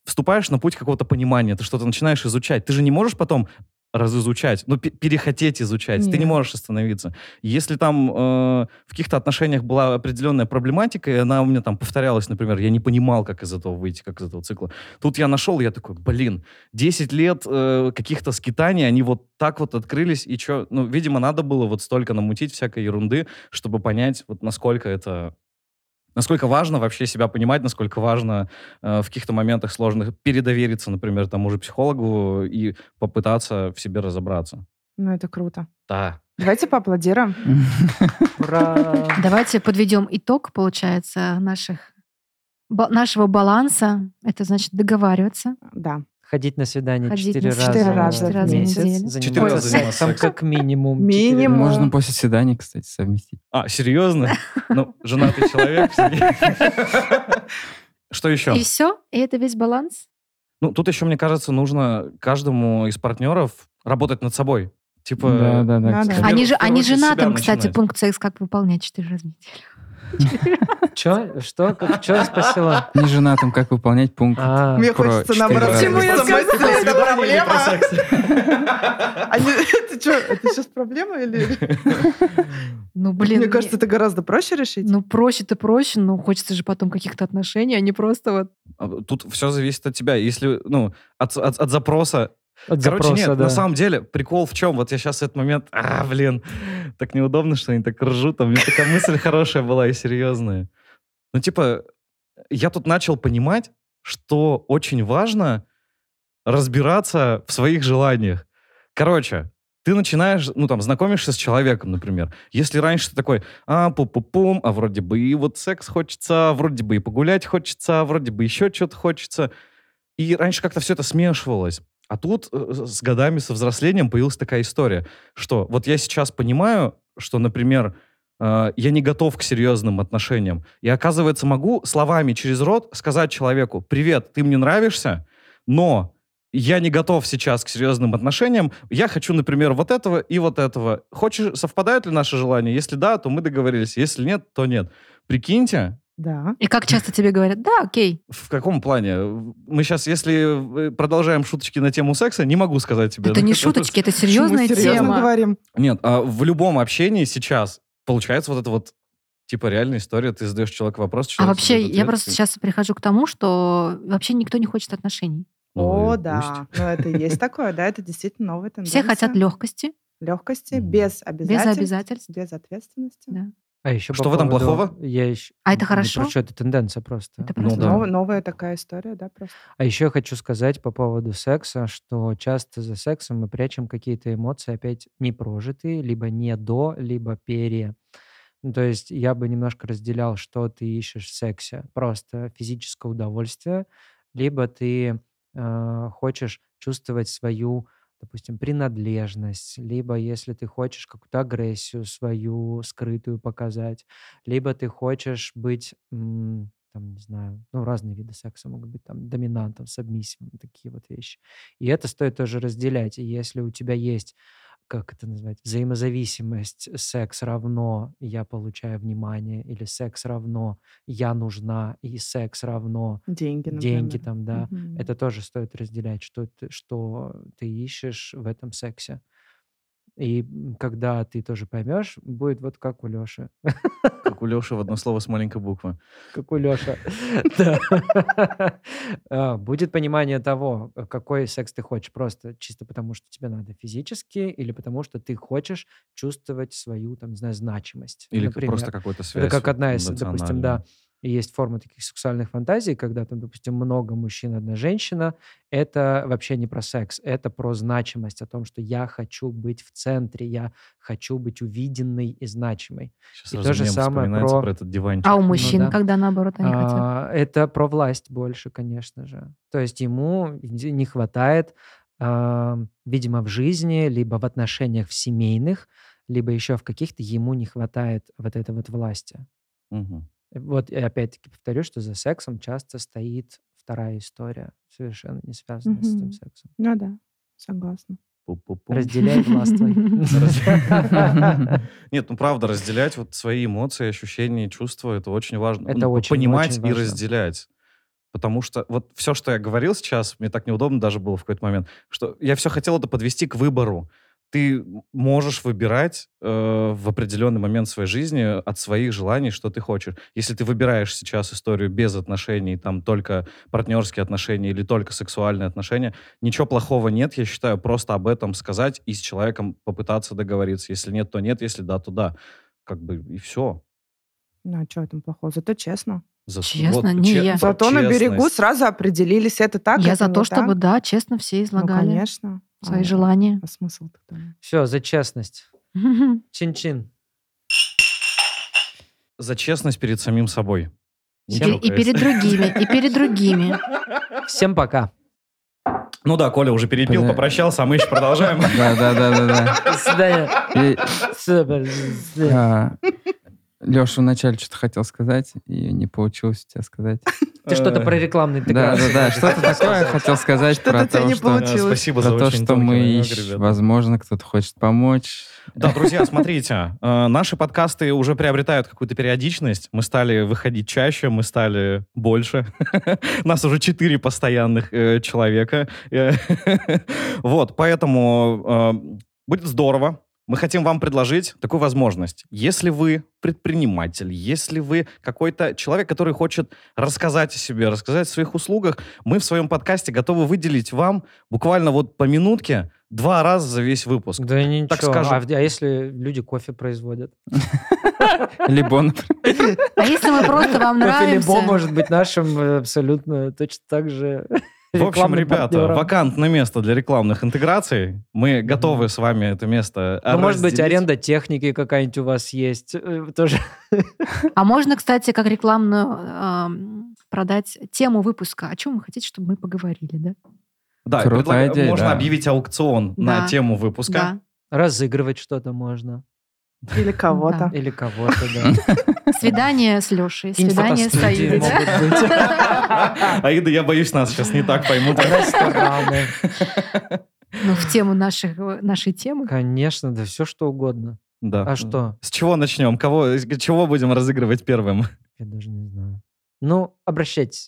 вступаешь на путь какого-то понимания, ты что-то начинаешь изучать. Ты же не можешь потом разизучать, перехотеть изучать. Ты не Нет. можешь остановиться. Если там в каких-то отношениях была определенная проблематика, и она у меня там повторялась, например, я не понимал, как из этого выйти, как из этого цикла. Тут я нашел, я такой, 10 лет каких-то скитаний, они вот так вот открылись, и что? Ну, видимо, надо было вот столько намутить всякой ерунды, чтобы понять, вот насколько важно вообще себя понимать, насколько важно в каких-то моментах сложных передовериться, например, тому же психологу и попытаться в себе разобраться. Ну, это круто. Да. Давайте поаплодируем. Ура! Давайте подведем итог, получается, нашего баланса. Это значит договариваться. Да. Ходить на свидание Ходить 4 на раза, 4 раза в в месяц. неделю. 4 Заниматься раза заниматься сексом сексом. как минимум. Минимум. Можно после свидания, кстати, совместить. А, серьезно? Ну, женатый человек. Что еще? И все? И это весь баланс? Ну, тут еще, мне кажется, нужно каждому из партнеров работать над собой. Типа, Да. Надо. кстати. Они же в первую очередь женатым, себя кстати, начинать. пункт секс как выполнять 4 раза в неделю. Че? Что? Что спросила? Не женатым, как выполнять пункт. Мне Про хочется 4 наоборот. раза. Почему я Про сказала, это проблема? секс? Это что, это сейчас проблема или... Ну, блин. Мне кажется, это гораздо проще решить. Ну, проще-то проще, но хочется же потом каких-то отношений, а не просто вот... Тут все зависит от тебя. Если, от запроса. От Короче, запроса, нет, да. на самом деле, прикол в чем? Вот я сейчас в этот момент, так неудобно, что они так ржут. А у меня такая мысль хорошая была и серьезная. Ну, типа, я тут начал понимать, что очень важно разбираться в своих желаниях. Короче, ты начинаешь, знакомишься с человеком, например. Если раньше ты такой, пу-пу-пум, а вроде бы и вот секс хочется, вроде бы и погулять хочется, вроде бы еще что-то хочется. И раньше как-то все это смешивалось. А тут с годами, со взрослением появилась такая история, что вот я сейчас понимаю, что, например, я не готов к серьезным отношениям. И, оказывается, могу словами через рот сказать человеку: «Привет, ты мне нравишься, но я не готов сейчас к серьезным отношениям. Я хочу, например, вот этого и вот этого. Хочешь, совпадают ли наши желания? Если да, то мы договорились. Если нет, то нет». Прикиньте, Да. И как часто тебе говорят, да, окей. в каком плане? Мы сейчас, если продолжаем шуточки на тему секса, не могу сказать тебе. Это не шуточки, это серьезная Мы серьезно тема. говорим. Нет, а в любом общении сейчас получается вот это вот, типа, реальная история. Ты задаешь человеку вопрос, А человек вообще, задает я ответ, просто и- сейчас прихожу к тому, что вообще никто не хочет отношений. Ну, О, и да. Ну, это и есть такое, да, это действительно новая тенденция. Все хотят легкости, Легкости, Мгм. без без обязательств, обязательств. без ответственности. Да. А еще Что в этом плохого? Я еще... А это хорошо? Не про что, это тенденция просто. Это Ну просто... да. Новая такая история, да, просто. А еще я хочу сказать по поводу секса, что часто за сексом мы прячем какие-то эмоции, опять не прожитые, либо не до, либо пере. Ну, то есть я бы немножко разделял, что ты ищешь в сексе. Просто физическое удовольствие, либо ты хочешь чувствовать свою, допустим, принадлежность, либо если ты хочешь какую-то агрессию свою скрытую показать, либо ты хочешь быть, там, не знаю, разные виды секса могут быть, там, доминантом, сабмиссивом, такие вот вещи. И это стоит тоже разделять. И если у тебя есть, как это назвать, взаимозависимость, секс равно я получаю внимание, или секс равно я нужна, и секс равно Деньги, например. деньги там, да, Мгм. это тоже стоит разделять, что ты ищешь в этом сексе. И когда ты тоже поймешь, будет вот как у Леши. Как у Леши в одно слово с маленькой буквы. Как у Леши. Да. Будет понимание того, какой секс ты хочешь. Просто чисто потому, что тебе надо физически, или потому, что ты хочешь чувствовать свою, там, не знаю, значимость. Или Например, просто какую-то связь. это как одна из, допустим, эмоциональную. да, и есть форма таких сексуальных фантазий, когда там, допустим, много мужчин, одна женщина. Это вообще не про секс, это про значимость, о том, что я хочу быть в центре, я хочу быть увиденной и значимой. Сейчас И сразу то же мем самое вспоминается про- про этот диванчик. А у мужчин, да. когда наоборот они хотят? Это про власть больше, конечно же. То есть ему не хватает, видимо, в жизни, либо в отношениях в семейных, либо еще в каких-то ему не хватает вот этой вот власти. Мгм. Вот и опять-таки повторю, что за сексом часто стоит вторая история, совершенно не связанная с этим Мгм. сексом. Ну да, согласна. Пу-пу-пу. Разделяй властвуй. Нет, правда, разделять вот свои эмоции, ощущения, чувства, это очень важно. Это очень, Понимать очень и важно. разделять. Потому что вот все, что я говорил сейчас, мне так неудобно даже было в какой-то момент, что я все хотел это подвести к выбору. Ты можешь выбирать в определенный момент своей жизни от своих желаний, что ты хочешь. Если ты выбираешь сейчас историю без отношений, там только партнерские отношения или только сексуальные отношения, ничего плохого нет, я считаю, просто об этом сказать и с человеком попытаться договориться. Если нет, то нет, если да, то да. Как бы и все. Ну, а что в этом плохого? Зато честно. Честно? Не, я. Зато на берегу сразу определились, это так, Я это за не то, так. чтобы, да, честно все Ну, излагали конечно. свои желания. А смысл тогда? Все, за честность. Чин-чин. За честность перед самим собой. И перед другими, и перед другими. Всем пока. Ну да, Коля уже перепил, Бля. попрощался, а мы еще продолжаем. Да. До свидания. И, Супер. Леша вначале что-то хотел сказать, и не получилось у тебя сказать. Ты что-то про рекламный интеграцию. Да, что-то такое хотел сказать Что-то про у тебя то, не что... получилось. Спасибо за Про то, очень что тонкий мы намек, ищем, ребята. возможно, кто-то хочет помочь. Да, друзья, смотрите, наши подкасты уже приобретают какую-то периодичность. Мы стали выходить чаще, мы стали больше. Нас уже 4 постоянных человека. Вот, поэтому будет здорово. Мы хотим вам предложить такую возможность. Если вы предприниматель, если вы какой-то человек, который хочет рассказать о себе, рассказать о своих услугах, мы в своем подкасте готовы выделить вам буквально вот по минутке 2 раза за весь выпуск. Да ничего. Так скажем. А если люди кофе производят? Либо, например, А если мы просто вам Кофе Либо нравимся? может быть нашим абсолютно точно так же В общем, рекламным ребята, партнером. вакантное место для рекламных интеграций. Мы готовы с вами это место Ну, может быть, разделить. аренда техники какая-нибудь у вас есть. Тоже. А можно, кстати, как рекламную продать тему выпуска. О чем вы хотите, чтобы мы поговорили, да? Да, Крутая идея, можно да. объявить аукцион на Да. тему выпуска. Да. Разыгрывать что-то можно. Или кого-то. Или кого-то, да. Свидание с Лешей, свидание с Инфотостудии Аидой. да? могут быть. Аида, я боюсь, нас сейчас не так поймут. Рестораны. Ну, в тему нашей темы. Конечно, да все что угодно. Да. А что? С чего начнем? Чего будем разыгрывать первым? Я даже не знаю. Ну, обращайтесь.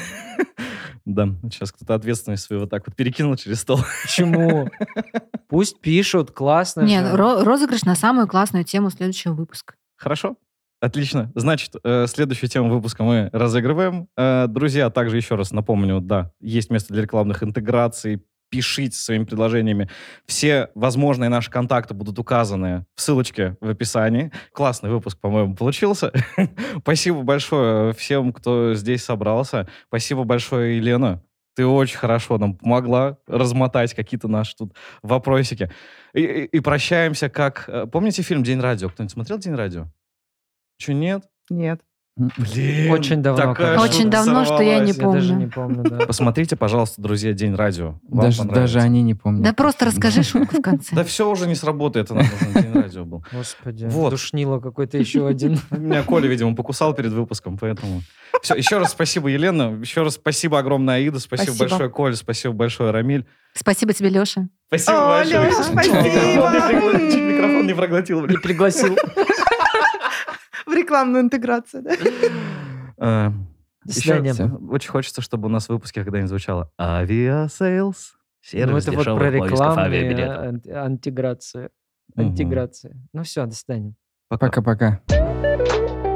Да, сейчас кто-то ответственность свою вот так вот перекинул через стол. Почему? Пусть пишут, классно Нет, же. розыгрыш на самую классную тему следующего выпуска. Хорошо? Отлично. Значит, следующую тему выпуска мы разыгрываем. Друзья, также еще раз напомню, да, есть место для рекламных интеграций. Пишите своими предложениями. Все возможные наши контакты будут указаны в ссылочке в описании. Классный выпуск, по-моему, получился. Спасибо большое всем, кто здесь собрался. Спасибо большое, Елена. Ты очень хорошо нам помогла размотать какие-то наши тут вопросики. И прощаемся как... Помните фильм «День радио»? Кто-нибудь смотрел «День радио»? Че, нет? Нет. Блин, Очень давно, такая кажется. Очень давно, что я не сорвалась. Я даже помню. не помню, да. Посмотрите, пожалуйста, друзья, «День радио». Вам даже понравится. они не помнят. Да просто расскажи шутку в конце. Да все уже не сработает, это нам нужен «День радио» был. Господи, Вот. душнило какой-то еще один. Меня Коля, видимо, покусал перед выпуском, поэтому... Все, еще раз спасибо, Елена. Еще раз спасибо огромное, Аида. Спасибо Спасибо. большое, Коля. Спасибо большое, Рамиль. Спасибо тебе, Леша. Спасибо О, большое. Лёша, спасибо. Чуть микрофон не проглотил, Не блин. пригласил. В рекламную интеграцию, да? До свидания. Еще очень хочется, чтобы у нас в выпуске когда-нибудь звучало «Авиасейлс». Ну, Сервис это вот про дешевых поисков рекламные авиабилетов. антиграции. Мгм. Антиграции. Ну все, до свидания. Пока. Пока-пока.